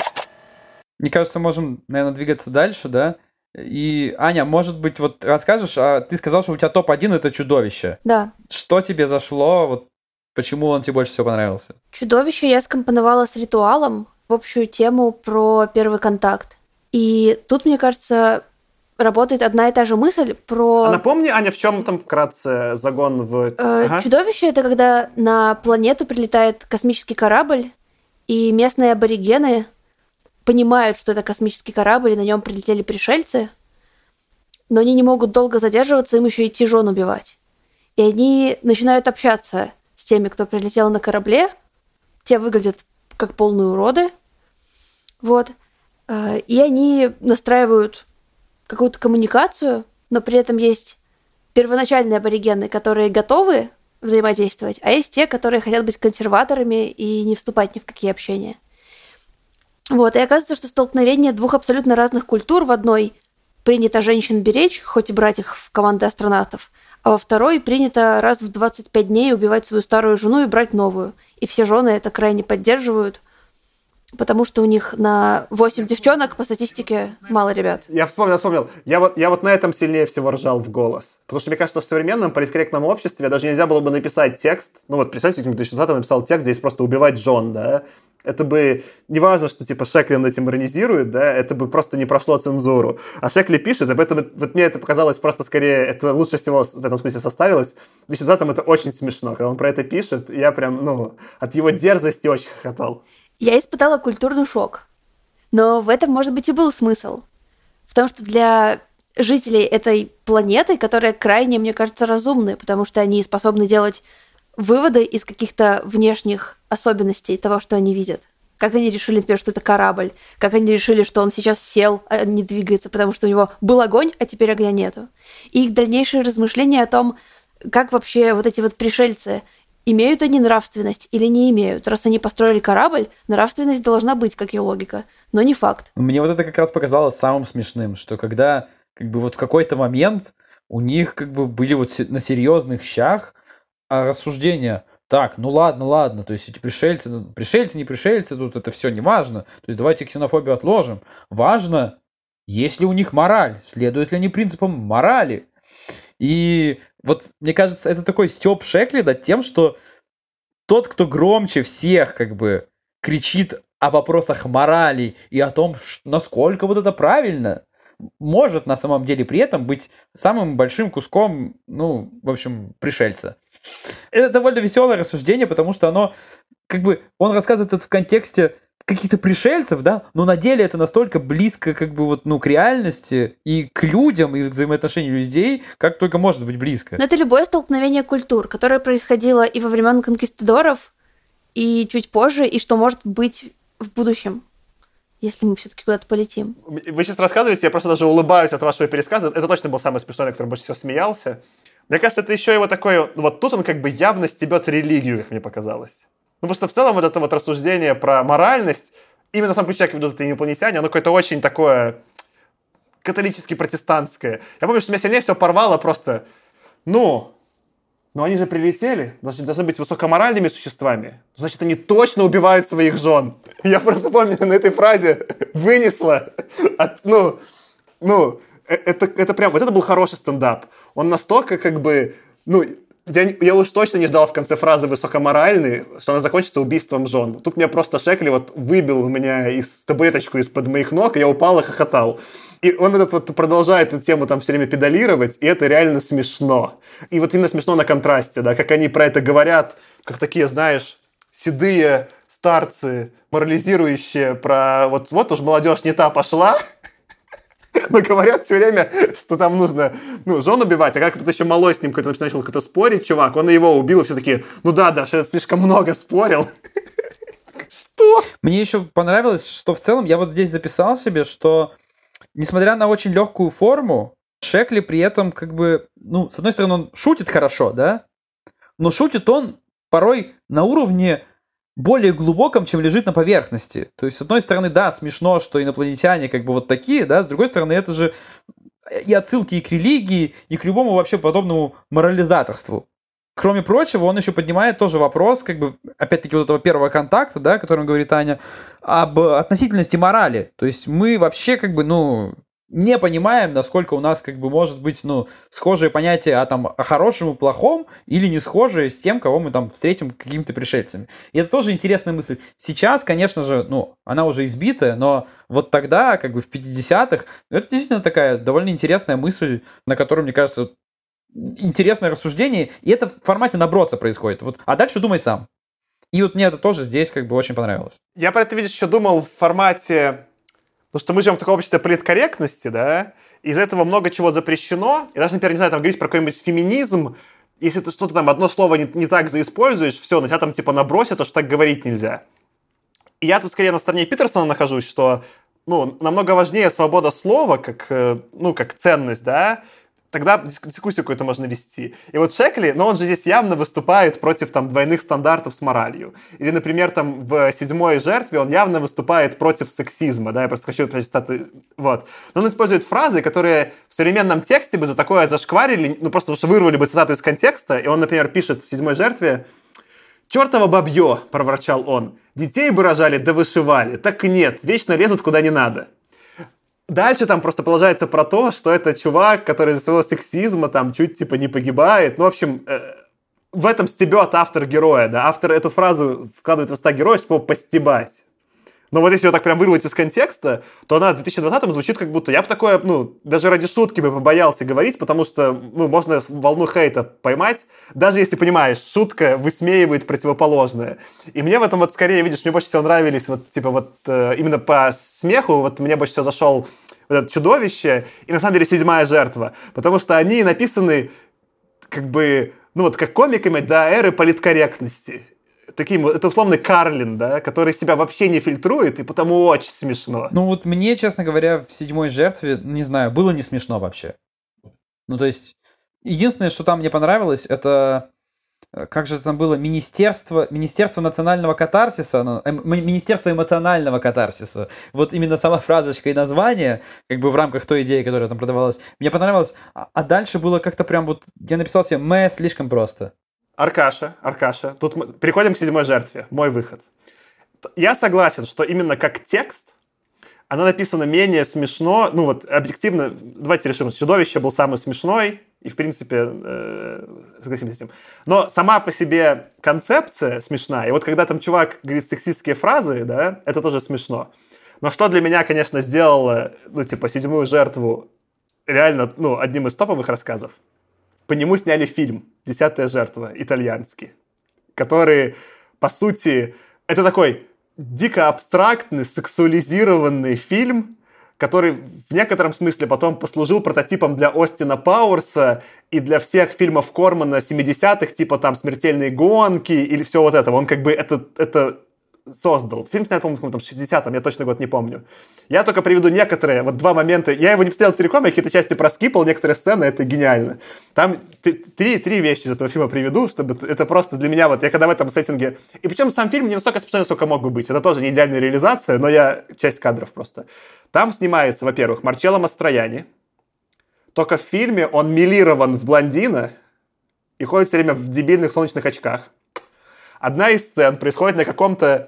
Speaker 2: Мне кажется, можем, наверное, двигаться дальше, да? И, Аня, может быть, вот расскажешь, ты сказал, что у тебя топ-1 это «Чудовище».
Speaker 3: Да.
Speaker 2: Что тебе зашло, вот почему он тебе больше всего понравился?
Speaker 3: «Чудовище» я скомпоновала с «Ритуалом» в общую тему про первый контакт. И тут, мне кажется, работает одна и та же мысль про...
Speaker 1: А напомни, Аня, в чем там вкратце загон в...
Speaker 3: «Чудовище» — это когда на планету прилетает космический корабль, и местные аборигены понимают, что это космический корабль, и на нем прилетели пришельцы, но они не могут долго задерживаться, им еще идти жен убивать. И они начинают общаться с теми, кто прилетел на корабле. Те выглядят как полные уроды. Вот. И они настраивают какую-то коммуникацию, но при этом есть первоначальные аборигены, которые готовы взаимодействовать, а есть те, которые хотят быть консерваторами и не вступать ни в какие общения. Вот, и оказывается, что столкновение двух абсолютно разных культур: в одной принято женщин беречь, хоть и брать их в команды астронавтов, а во второй принято раз в 25 дней убивать свою старую жену и брать новую. И все жены это крайне поддерживают, потому что у них на 8 девчонок по статистике мало ребят.
Speaker 1: Я вспомнил. Я вот на этом сильнее всего ржал в голос. Потому что, мне кажется, в современном политкорректном обществе даже нельзя было бы написать текст. Представьте, кто-нибудь 2020 написал текст, здесь просто убивать жен, да? Это бы не важно, что типа Шеклин этим иронизирует, да, это бы просто не прошло цензуру. А Шекли пишет, об этом вот мне это показалось просто скорее, это лучше всего в этом смысле состарилось. В 2020-м это очень смешно, когда он про это пишет, я прям, от его дерзости очень хохотал.
Speaker 3: Я испытала культурный шок. Но в этом, может быть, и был смысл. В том, что для жителей этой планеты, которая крайне, мне кажется, разумны, потому что они способны делать выводы из каких-то внешних особенностей того, что они видят. Как они решили, например, что это корабль, как они решили, что он сейчас сел, а не двигается, потому что у него был огонь, а теперь огня нету. И их дальнейшие размышления о том, как вообще вот эти вот пришельцы, имеют они нравственность или не имеют. Раз они построили корабль, нравственность должна быть, как и логика, но не факт.
Speaker 2: Мне вот это как раз показалось самым смешным, что когда вот в какой-то момент у них были вот на серьезных щах рассуждения. Так, ладно, то есть эти пришельцы, не пришельцы, тут это все не важно. То есть давайте ксенофобию отложим. Важно, есть ли у них мораль, следуют ли они принципам морали. И вот, мне кажется, это такой стёб Шекли над тем, что тот, кто громче всех кричит о вопросах морали и о том, насколько вот это правильно, может на самом деле при этом быть самым большим куском, в общем, пришельца. Это довольно веселое рассуждение, потому что оно, он рассказывает это в контексте каких-то пришельцев, да, но на деле это настолько близко, к реальности и к людям, и к взаимоотношению людей, как только может быть близко.
Speaker 3: Но это любое столкновение культур, которое происходило и во времена конкистадоров, и чуть позже, и что может быть в будущем, если мы все-таки куда-то полетим.
Speaker 1: Вы сейчас рассказываете, я просто даже улыбаюсь от вашего пересказа. Это точно был самый смешной, на котором больше всего смеялся. Мне кажется, это еще его такой... Вот тут он явно стебет религию, как мне показалось. Просто в целом вот это вот рассуждение про моральность, именно сам ключ, как ведут это инопланетяне, оно какое-то очень такое католически-протестантское. Я помню, что меня сильнее все порвало просто... Но они же прилетели, должны быть высокоморальными существами. Значит, они точно убивают своих жен. Я просто помню, на этой фразе вынесло это прям... Вот это был хороший стендап. Он настолько я уж точно не ждал в конце фразы «высокоморальный», что она закончится убийством жен. Тут меня просто Шекли выбил у меня табуреточку из-под моих ног, и я упал и хохотал. И он этот вот продолжает эту тему там все время педалировать, и это реально смешно. И вот именно смешно на контрасте, да, как они про это говорят, как такие, знаешь, седые старцы, морализирующие про вот уж молодежь не та пошла, но говорят все время, что там нужно, жен убивать, а как кто-то еще малой с ним начал как-то спорить, чувак, он его убил, и все такие, да, что я слишком много спорил. Что?
Speaker 2: Мне еще понравилось, что в целом я вот здесь записал себе, что несмотря на очень легкую форму, Шекли при этом как бы, с одной стороны, он шутит хорошо, да, но шутит он порой на уровне более глубоком, чем лежит на поверхности. То есть, с одной стороны, да, смешно, что инопланетяне как бы вот такие, да, с другой стороны, это же и отсылки и к религии, и к любому вообще подобному морализаторству. Кроме прочего, он еще поднимает тоже вопрос, как бы, опять-таки, вот этого первого контакта, да, о котором говорит Аня, об относительности морали. То есть мы вообще, как бы, не понимаем, насколько у нас, как бы, может быть, схожие понятия о хорошем и плохом, или не схожие с тем, кого мы там встретим какими-то пришельцами. И это тоже интересная мысль. Сейчас, конечно же, она уже избитая, но вот тогда, как бы, в 50-х, это действительно такая довольно интересная мысль, на которую, мне кажется, интересное рассуждение, и это в формате наброса происходит. А дальше думай сам. И вот мне это тоже здесь, как бы, очень понравилось.
Speaker 1: Я про это, видишь, еще думал в формате... что мы живем в таком обществе политкорректности, да, из-за этого много чего запрещено, и даже, например, не знаю, там говорить про какой-нибудь феминизм, если ты что-то там, одно слово не так заиспользуешь, все, на тебя там типа набросятся, что так говорить нельзя. И я тут скорее на стороне Питерсона нахожусь, что, намного важнее свобода слова, как ценность, да, тогда дискуссию какую-то можно вести. И вот Шекли, он же здесь явно выступает против там двойных стандартов с моралью. Или, например, там в «Седьмой жертве» он явно выступает против сексизма, да, я просто хочу прочитать, вот. Но он использует фразы, которые в современном тексте бы за такое зашкварили, просто потому что вырвали бы цитату из контекста, и он, например, пишет в «Седьмой жертве»: «Чёртово бабьё», — проворчал он, — «детей бы рожали да вышивали, так нет, вечно лезут куда не надо». Дальше там просто продолжается про то, что это чувак, который из-за своего сексизма там чуть типа не погибает. В общем, в этом стебет автор героя, да. Автор эту фразу вкладывает в уста героя, чтобы постебать. Но вот если ее так прям вырвать из контекста, то она в 2020-м звучит как будто... Я бы такое, даже ради шутки бы побоялся говорить, потому что, можно волну хейта поймать, даже если, понимаешь, шутка высмеивает противоположное. И мне в этом вот скорее, видишь, мне больше всего нравились именно по смеху, мне больше всего зашел вот это «Чудовище» и, на самом деле, «Седьмая жертва», потому что они написаны как бы, как комиками до эры политкорректности. Это условный Карлин, да, который себя вообще не фильтрует, и потому очень смешно.
Speaker 2: Мне, честно говоря, в «Седьмой жертве», не знаю, было не смешно вообще. То есть, единственное, что там мне понравилось, это, как же там было, Министерство национального катарсиса, Министерство эмоционального катарсиса. Вот именно сама фразочка и название, как бы в рамках той идеи, которая там продавалась, мне понравилось. А дальше было как-то прям я написал себе слишком просто.
Speaker 1: Аркаша, тут мы переходим к «Седьмой жертве», мой выход. Я согласен, что именно как текст она написана менее смешно, объективно, давайте решим, «Чудовище» был самый смешной, и, в принципе, согласимся с этим. Но сама по себе концепция смешная, и вот когда там чувак говорит сексистские фразы, да, это тоже смешно. Но что для меня, конечно, сделало, «Седьмую жертву» реально, одним из топовых рассказов. По нему сняли фильм «Десятая жертва», итальянский, который, по сути, это такой дико абстрактный, сексуализированный фильм, который в некотором смысле потом послужил прототипом для Остина Пауэрса и для всех фильмов Кормана 70-х, типа там «Смертельные гонки» или все вот этого. Он как бы это создал. Фильм снят, по-моему, в 60-м, я точно год не помню. Я только приведу некоторые, два момента. Я его не посмотрел целиком, я какие-то части проскипал, некоторые сцены, это гениально. Там три вещи из этого фильма приведу, чтобы это просто для меня, я когда в этом сеттинге... И причем сам фильм не настолько смешной, насколько мог бы быть. Это тоже не идеальная реализация, но часть кадров просто. Там снимается, во-первых, Марчелло Мастроянни. Только в фильме он милирован в блондина и ходит все время в дебильных солнечных очках. Одна из сцен происходит на каком-то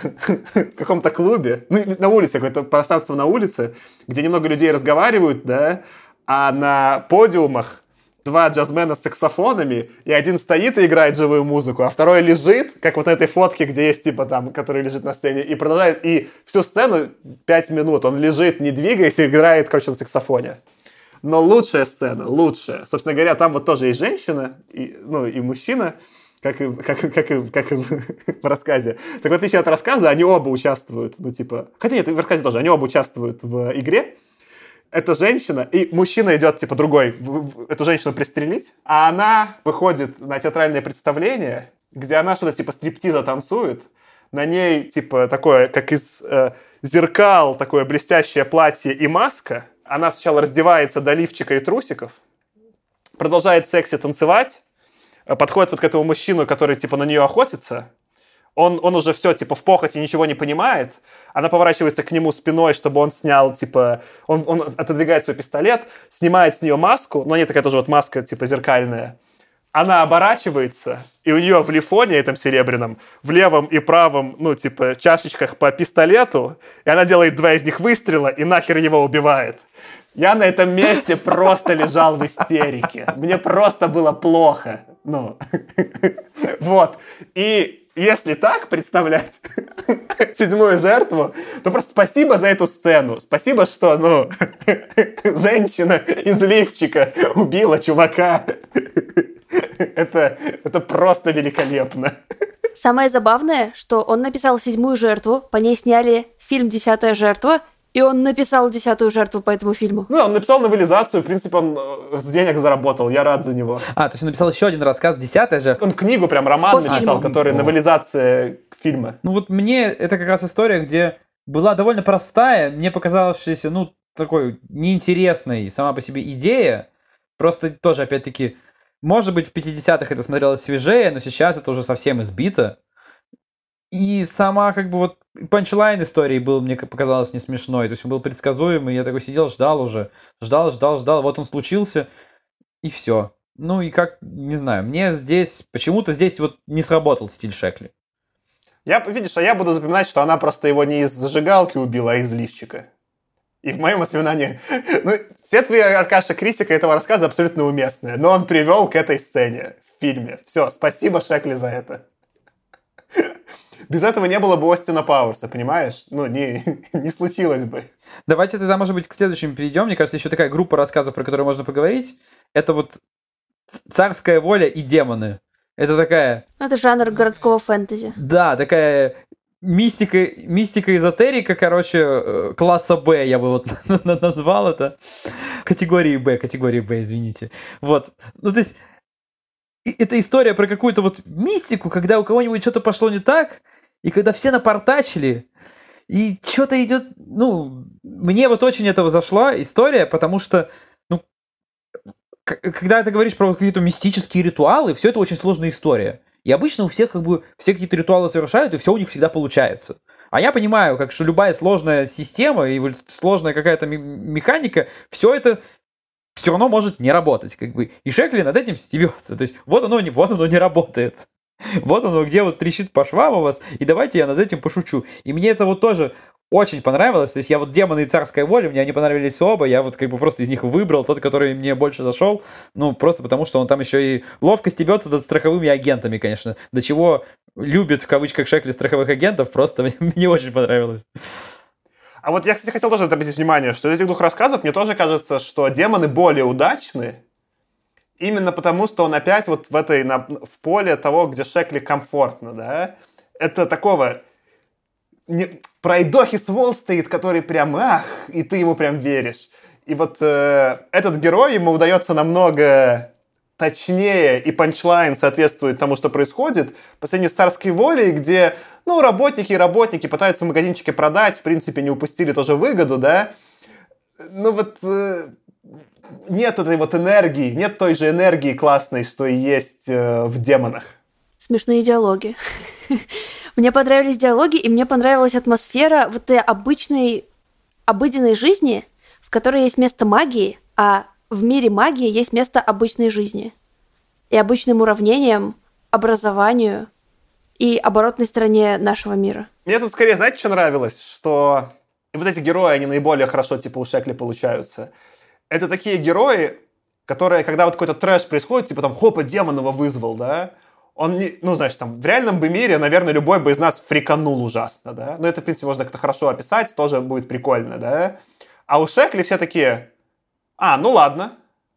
Speaker 1: клубе, на улице, какое-то пространство на улице, где немного людей разговаривают, да, а на подиумах два джазмена с саксофонами, и один стоит и играет живую музыку, а второй лежит, как вот на этой фотке, где есть типа там, который лежит на сцене, и продолжает, и всю сцену 5 минут он лежит, не двигаясь, и играет, короче, на саксофоне. Но лучшая сцена, лучшая. Собственно говоря, там вот тоже есть женщина, и мужчина, как и в рассказе. Так в отличие от рассказа, они оба участвуют, хотя нет, в рассказе тоже, они оба участвуют в игре. Это женщина, и мужчина идет, другой, эту женщину пристрелить, а она выходит на театральное представление, где она что-то стриптиза танцует, на ней, такое, как из зеркал, такое блестящее платье и маска. Она сначала раздевается до лифчика и трусиков, продолжает секси танцевать, подходит вот к этому мужчину, который, на нее охотится. Он уже все, в похоти ничего не понимает. Она поворачивается к нему спиной, чтобы он снял, он отодвигает свой пистолет, снимает с нее маску, но не такая тоже вот маска, зеркальная. Она оборачивается, и у нее в лифоне этом серебряном, в левом и правом, чашечках по пистолету, и она делает 2 из них выстрела и нахер его убивает. Я на этом месте просто лежал в истерике. Мне просто было плохо. Вот. И если так представлять 7-ю жертву, то просто спасибо за эту сцену. Спасибо, что, женщина из лифчика убила чувака. Это просто великолепно.
Speaker 3: Самое забавное, что он написал 7-ю жертву, по ней сняли фильм «10-я жертва», и он написал 10-ю жертву по этому фильму.
Speaker 1: Он написал новелизацию, в принципе, он с денег заработал, я рад за него.
Speaker 2: То есть он написал еще один рассказ «10-я жертва».
Speaker 1: Он книгу, прям роман написал, который новелизация фильма.
Speaker 2: Мне это как раз история, где была довольно простая, мне показавшаяся, такой неинтересной сама по себе идея. Просто тоже, опять-таки, может быть, в 50-х это смотрелось свежее, но сейчас это уже совсем избито. И сама, панчлайн истории был, мне показалось, не смешной. То есть он был предсказуемый, я такой сидел, ждал уже. Ждал. Вот он случился, и все. Не знаю, мне почему-то здесь не сработал стиль Шекли.
Speaker 1: Я буду запоминать, что она просто его не из зажигалки убила, а из лифчика. И в моем воспоминании... все твои, Аркаша, критика этого рассказа абсолютно уместная, но он привел к этой сцене в фильме. Все, спасибо, Шекли, за это. Без этого не было бы Остина Пауэрса, понимаешь? Не случилось бы.
Speaker 2: Давайте тогда, может быть, к следующему перейдем. Мне кажется, еще такая группа рассказов, про которую можно поговорить. Это «Царская воля» и «Демоны». Это такая...
Speaker 3: Это жанр городского фэнтези.
Speaker 2: Да, такая мистика-эзотерика, класса Б, я бы назвал это. Категории Б, извините. Вот. То есть, это история про какую-то мистику, когда у кого-нибудь что-то пошло не так, и когда все напортачили, и что-то идет... мне очень этого зашла история, потому что, когда ты говоришь про какие-то мистические ритуалы, все это очень сложная история. И обычно у всех все какие-то ритуалы совершают, и все у них всегда получается. А я понимаю, что любая сложная система и сложная какая-то механика, все это все равно может не работать. И Шекли над этим стебется. То есть вот оно не работает. Вот оно, где трещит по швам у вас, и давайте я над этим пошучу. И мне это тоже очень понравилось. То есть я «Демоны» и «Царская воля», мне они понравились оба, я просто из них выбрал тот, который мне больше зашел, просто потому что он там еще и ловко стебется над страховыми агентами, конечно. До чего любит, в кавычках, Шекли страховых агентов, просто мне очень понравилось.
Speaker 1: А я, кстати, хотел тоже обратить внимание, что из этих 2 рассказов мне тоже кажется, что «Демоны» более удачны, именно потому, что он опять в поле того, где Шекли комфортно, да? Это такого пройдохи с Уолл-стрит, который прям, и ты ему прям веришь. И этот герой, ему удается намного точнее, и панчлайн соответствует тому, что происходит, по сравнению с «Царской волей», где, работники пытаются в магазинчике продать, в принципе, не упустили тоже выгоду, да? Нет этой энергии, нет той же энергии классной, что и есть в «Демонах».
Speaker 3: Смешные диалоги. Мне понравились диалоги, и мне понравилась атмосфера этой обыденной жизни, в которой есть место магии, а в мире магии есть место обычной жизни. И обычным уравнениям, образованию и оборотной стороне нашего мира.
Speaker 1: Мне тут скорее, знаете, что нравилось? Что эти герои, они наиболее хорошо у Шекли получаются. Это такие герои, которая, когда вот какой-то трэш происходит, типа там, хопа, демон его вызвал, да, он не, ну, знаешь, там, в реальном бы мире, наверное, любой бы из нас фриканул ужасно, да, но это, в принципе, можно как-то хорошо описать, тоже будет прикольно, да, а у Шекли все такие, ну ладно,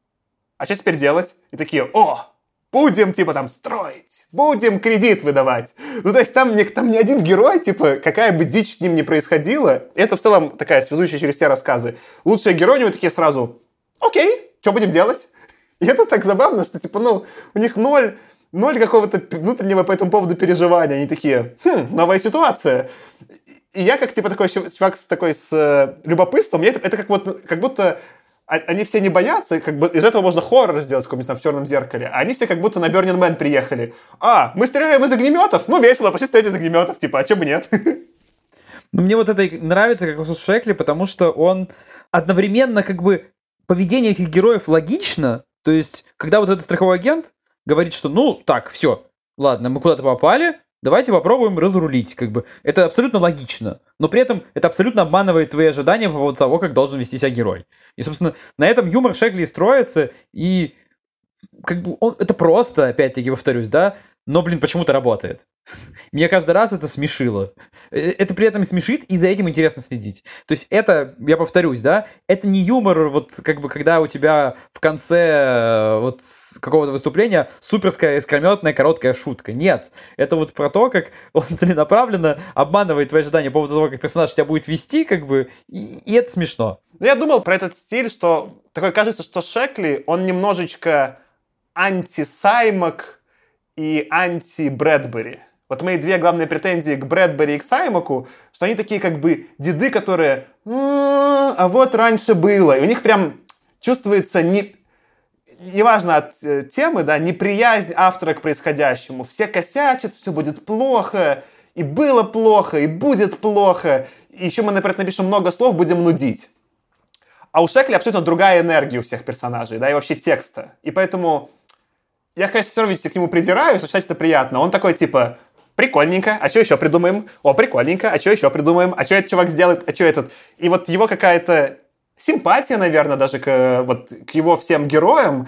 Speaker 1: а что теперь делать? И такие, будем, типа, там, строить, будем кредит выдавать. Ну, то есть там ни один герой, типа, какая бы дичь с ним ни происходила, это в целом такая связующая через все рассказы, лучшие герои у него такие сразу, окей, что будем делать? И это так забавно, что, типа, у них ноль какого-то внутреннего по этому поводу переживания. Они такие, новая ситуация. И я как, типа, такой чувак с любопытством, это как будто они все не боятся, как бы из этого можно хоррор сделать, какой-нибудь там в «Черном зеркале». А они все как будто на Burning Man приехали. Мы стреляем из огнеметов? Ну, весело, пошли стрелять из огнеметов, типа, а чё бы нет?
Speaker 2: Ну, мне вот это нравится, как у Шекли, потому что он одновременно, как бы, поведение этих героев логично. То есть, когда вот этот страховой агент говорит, что, так, все, ладно, мы куда-то попали, давайте попробуем разрулить, как бы. Это абсолютно логично, но при этом это абсолютно обманывает твои ожидания по поводу того, как должен вести себя герой. И, собственно, на этом юмор Шекли строится, и как бы это просто, опять-таки, повторюсь, да, но, почему-то работает. Меня каждый раз это смешило. Это при этом смешит, и за этим интересно следить. То есть это, я повторюсь, да, это не юмор, вот как бы когда у тебя в конце вот какого-то выступления суперская искрометная короткая шутка. Нет, это вот про то, как он целенаправленно обманывает твои ожидания по поводу того, как персонаж тебя будет вести, как бы, и это смешно.
Speaker 1: Я думал про этот стиль, что такое кажется, что Шекли, он немножечко анти-Саймак и анти-Брэдбери. Вот мои две главные претензии к Брэдбери и к Саймаку, что они такие как бы деды, которые а вот раньше было. И у них прям чувствуется неважно от темы, да, неприязнь автора к происходящему. Все косячат, все будет плохо, и было плохо, и будет плохо. И еще мы, например, напишем много слов, будем нудить. А у Шекли абсолютно другая энергия у всех персонажей, да, и вообще текста. И поэтому я, конечно, все равно к нему придираюсь, но читать это приятно. Он такой, типа, прикольненько, а что еще придумаем? Прикольненько, а что еще придумаем? А что этот чувак сделает? А что этот? И вот его какая-то симпатия, наверное, даже к его всем героям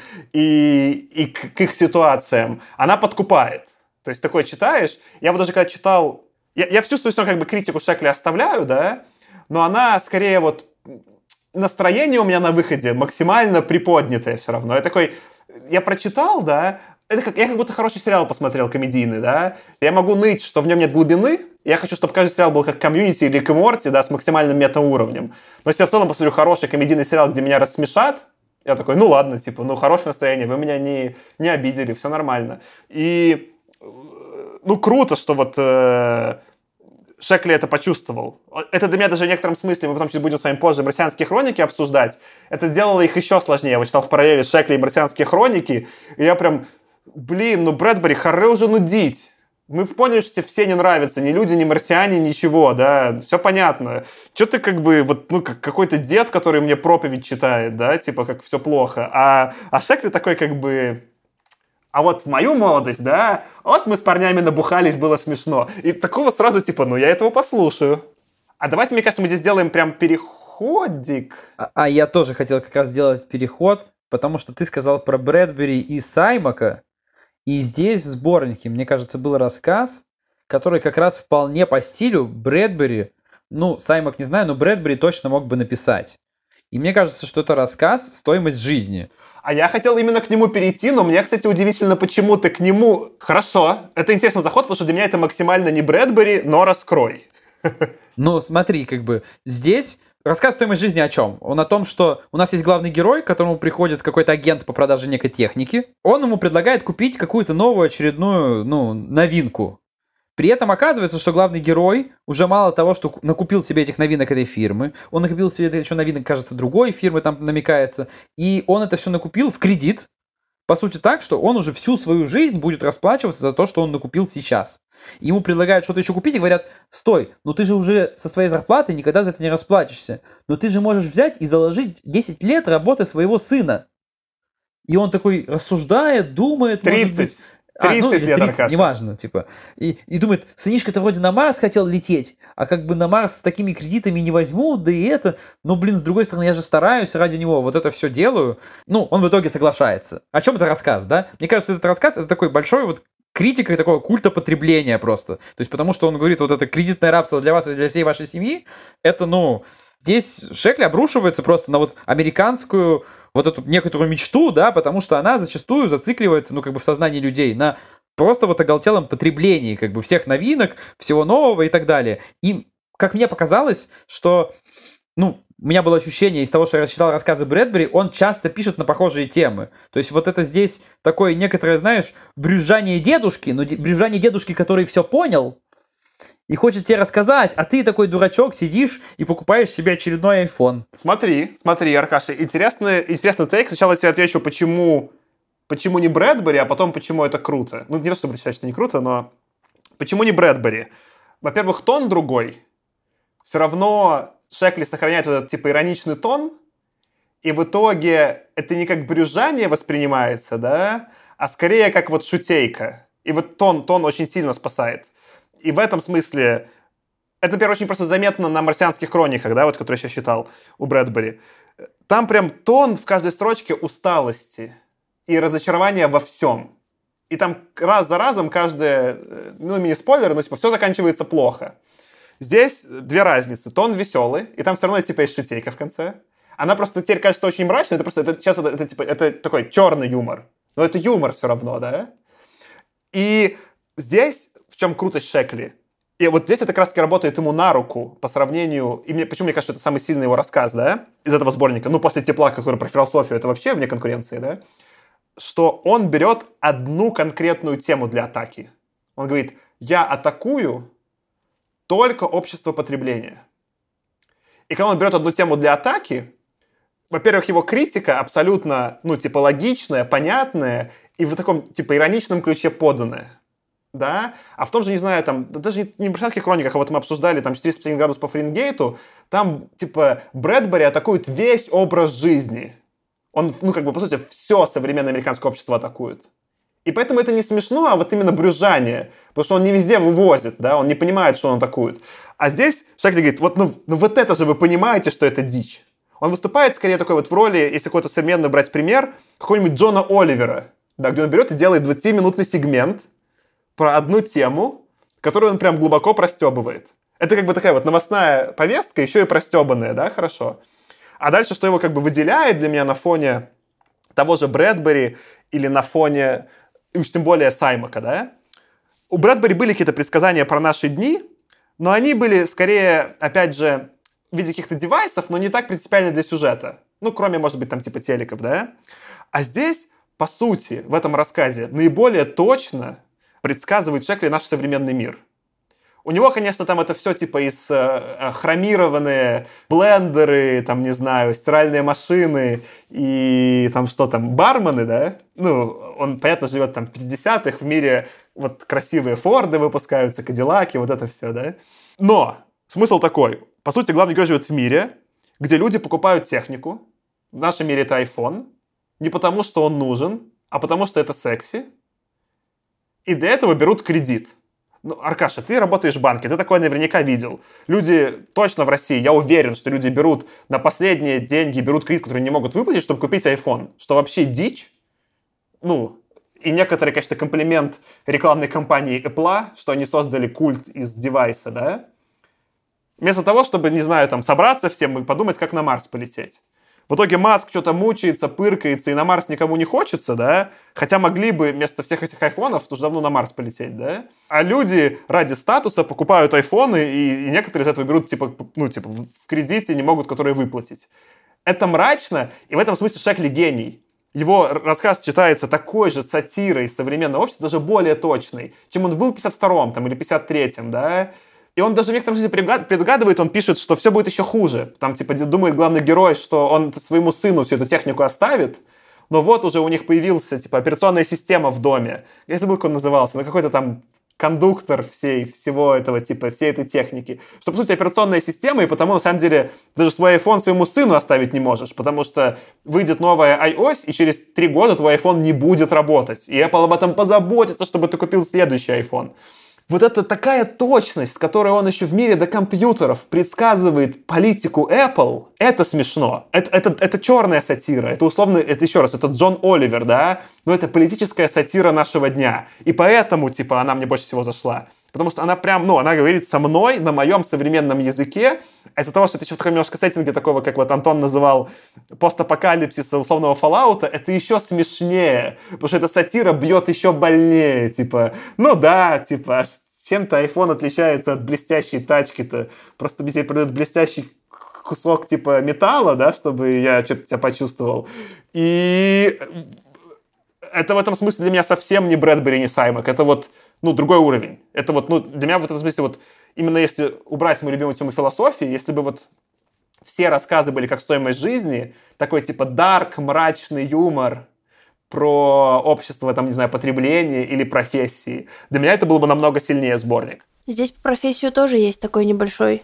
Speaker 1: и к их ситуациям, она подкупает. То есть такое читаешь, я вот даже когда читал, я в чувствую, что как бы критику Шекли оставляю, да, но она скорее вот настроение у меня на выходе максимально приподнятое все равно. Я прочитал, да, я как будто хороший сериал посмотрел, комедийный, да. Я могу ныть, что в нем нет глубины. Я хочу, чтобы каждый сериал был как «Комьюнити» или «Рик и Морти», да, с максимальным метауровнем. Но если я в целом посмотрю хороший комедийный сериал, где меня рассмешат, я такой, ладно, типа, хорошее настроение, вы меня не обидели, все нормально. И, круто, что вот Шекли это почувствовал. Это для меня даже в некотором смысле, мы потом чуть будем с вами позже «Марсианские хроники» обсуждать, это делало их еще сложнее. Я вот читал в параллели Шекли и «Марсианские хроники», и я прям, Брэдбери, харе уже нудить. Мы поняли, что тебе все не нравятся, ни люди, ни марсиане, ничего, да, все понятно. Че ты как бы, как какой-то дед, который мне проповедь читает, да, типа, как все плохо. А Шекли такой как бы... А вот в мою молодость, да, вот мы с парнями набухались, было смешно. И такого сразу типа, я этого послушаю. А давайте, мне кажется, мы здесь сделаем прям переходик.
Speaker 2: Я тоже хотел как раз сделать переход, потому что ты сказал про Брэдбери и Саймака. И здесь в сборнике, мне кажется, был рассказ, который как раз вполне по стилю Брэдбери, Саймак не знаю, но Брэдбери точно мог бы написать. И мне кажется, что это рассказ «Стоимость жизни».
Speaker 1: А я хотел именно к нему перейти, но мне, кстати, удивительно, почему ты к нему... Хорошо, это интересный заход, потому что для меня это максимально не Брэдбери, но раскрой.
Speaker 2: Смотри, как бы здесь рассказ «Стоимость жизни» о чем? Он о том, что у нас есть главный герой, к которому приходит какой-то агент по продаже некой техники. Он ему предлагает купить какую-то новую очередную, новинку. При этом оказывается, что главный герой уже мало того, что накупил себе этих новинок этой фирмы, он накупил себе еще новинок, кажется, другой фирмы, там намекается, и он это все накупил в кредит, по сути так, что он уже всю свою жизнь будет расплачиваться за то, что он накупил сейчас. Ему предлагают что-то еще купить и говорят, стой, ты же уже со своей зарплатой никогда за это не расплатишься, но ты же можешь взять и заложить 10 лет работы своего сына. И он такой рассуждает, думает.
Speaker 1: 30. 30
Speaker 2: или
Speaker 1: лет,
Speaker 2: 30,
Speaker 1: Аркаша.
Speaker 2: неважно, типа. И думает, сынишка-то вроде на Марс хотел лететь, а как бы на Марс с такими кредитами не возьму, да и это. Но, блин, с другой стороны, я же стараюсь ради него, вот это все делаю. Ну, он в итоге соглашается. О чем это рассказ, да? Мне кажется, этот рассказ, это такой большой вот критика такого культа потребления просто. То есть потому что он говорит, вот это кредитное рабство для вас и для всей вашей семьи, это, ну, здесь Шекли обрушивается просто на вот американскую вот эту некоторую мечту, да, потому что она зачастую зацикливается, ну, как бы в сознании людей на просто вот оголтелом потреблении, как бы всех новинок, всего нового и так далее. И, как мне показалось, что, ну, у меня было ощущение из того, что я читал рассказы Брэдбери, он часто пишет на похожие темы. То есть вот это здесь такое некоторое, знаешь, брюзжание дедушки, но брюзжание дедушки, который все понял, и хочет тебе рассказать, а ты такой дурачок сидишь и покупаешь себе очередной iPhone.
Speaker 1: Смотри, Аркаша, интересный тейк. Сначала я тебе отвечу, почему не Брэдбери, а потом почему это круто. Ну, не то, чтобы ты считаешь, что не круто, но почему не Брэдбери? Во-первых, тон другой. Все равно Шекли сохраняет вот этот, типа, ироничный тон, и в итоге это не как брюзжание воспринимается, да, а скорее как вот шутейка. И вот тон очень сильно спасает. И в этом смысле, это, например, очень просто заметно на «Марсианских хрониках», да, вот, которые я сейчас читал у Брэдбери. Там прям тон в каждой строчке усталости и разочарования во всем. И там раз за разом каждое, ну, мини-спойлер, но типа все заканчивается плохо. Здесь две разницы. Тон веселый, и там все равно типа есть шутейка в конце. Она просто теперь кажется очень мрачной, это такой черный юмор. Но это юмор все равно, да? И здесь в чем крутость Шекли? И вот здесь это как раз-таки работает ему на руку по сравнению... Почему мне кажется, что это самый сильный его рассказ, да? Из этого сборника. Ну, после «Тепла», который про философию, это вообще вне конкуренции, да? Что он берет одну конкретную тему для атаки. Он говорит, я атакую только общество потребления. И когда он берет одну тему для атаки, во-первых, его критика абсолютно, ну, типа, логичная, понятная и в таком, типа, ироничном ключе поданная. Да? А в том же, не знаю, там, даже не в «Марсианских хрониках», а вот мы обсуждали там 451 градус по Фаренгейту, там, типа, Брэдбери атакует весь образ жизни. Он, ну, как бы, по сути, все современное американское общество атакует. И поэтому это не смешно, а вот именно брюзжание. Потому что он не везде вывозит, да, он не понимает, что он атакует. А здесь Шекли говорит, вот, ну вот это же вы понимаете, что это дичь. Он выступает скорее такой вот в роли, если какой-то современный брать пример, какой-нибудь Джона Оливера, да, где он берет и делает 20-минутный сегмент про одну тему, которую он прям глубоко простебывает. Это как бы такая вот новостная повестка, еще и простебанная, да, хорошо. А дальше, что его как бы выделяет для меня на фоне того же Брэдбери или на фоне, и уж тем более Саймака, да? У Брэдбери были какие-то предсказания про наши дни, но они были скорее, опять же, в виде каких-то девайсов, но не так принципиально для сюжета. Ну, кроме, может быть, там типа телеков, да? А здесь, по сути, в этом рассказе наиболее точно предсказывает Шекли наш современный мир. У него, конечно, там это все типа из хромированные блендеры, там, не знаю, стиральные машины и там что там, бармены, да? Ну, он, понятно, живет там в 50-х, в мире вот красивые Форды выпускаются, Кадиллаки, вот это все, да? Но смысл такой. По сути, главный герой живет в мире, где люди покупают технику. В нашем мире это iPhone. Не потому, что он нужен, а потому, что это секси. И для этого берут кредит. Ну, Аркаша, ты работаешь в банке, ты такое наверняка видел. Люди точно в России, я уверен, что люди берут на последние деньги, берут кредит, который не могут выплатить, чтобы купить iPhone. Что вообще дичь. Ну, и некоторый, конечно, комплимент рекламной кампании Apple, что они создали культ из девайса, да? Вместо того, чтобы, не знаю, там, собраться всем и подумать, как на Марс полететь. В итоге Маск что-то мучается, пыркается, и на Марс никому не хочется, да? Хотя могли бы вместо всех этих айфонов уже давно на Марс полететь, да? А люди ради статуса покупают айфоны, и некоторые из этого берут, типа, ну, типа, в кредите не могут, которые выплатить. Это мрачно, и в этом смысле Шекли гений. Его рассказ читается такой же сатирой современного общества, даже более точной, чем он был в 52-м там, или 53-м, да? И он даже в некотором смысле предугадывает, он пишет, что все будет еще хуже. Там, типа, думает главный герой, что он своему сыну всю эту технику оставит, но вот уже у них появился, типа, операционная система в доме. Я забыл, как он назывался, но какой-то там кондуктор всего этого, типа, всей этой техники. Что, по сути, операционная система, и потому, на самом деле, даже свой iPhone своему сыну оставить не можешь, потому что выйдет новая iOS, и через 3 года твой iPhone не будет работать. И Apple об этом позаботится, чтобы ты купил следующий iPhone. Вот это такая точность, с которой он еще в мире до компьютеров предсказывает политику Apple, это смешно. Это черная сатира. Это условно, это еще раз, это Джон Оливер, да? Но это политическая сатира нашего дня. И поэтому, типа, она мне больше всего зашла. Потому что она прям, она говорит со мной на моем современном языке. А из-за того, что это еще в таком немножко сеттинге такого, как вот Антон называл, постапокалипсиса, условного Fallout, это еще смешнее. Потому что эта сатира бьет еще больнее. Типа, типа, чем-то iPhone отличается от блестящей тачки-то. Просто мне тебе продают блестящий кусок типа металла, да, чтобы я что-то себя почувствовал. И это в этом смысле для меня совсем не Брэдбери, не Саймак. Это вот другой уровень. Это вот, для меня в этом смысле вот именно если убрать мою любимую тему философии, если бы вот все рассказы были как «Стоимость жизни», такой типа дарк, мрачный юмор про общество, там, не знаю, потребление или профессии, для меня это было бы намного сильнее сборник.
Speaker 3: Здесь по профессию тоже есть такой небольшой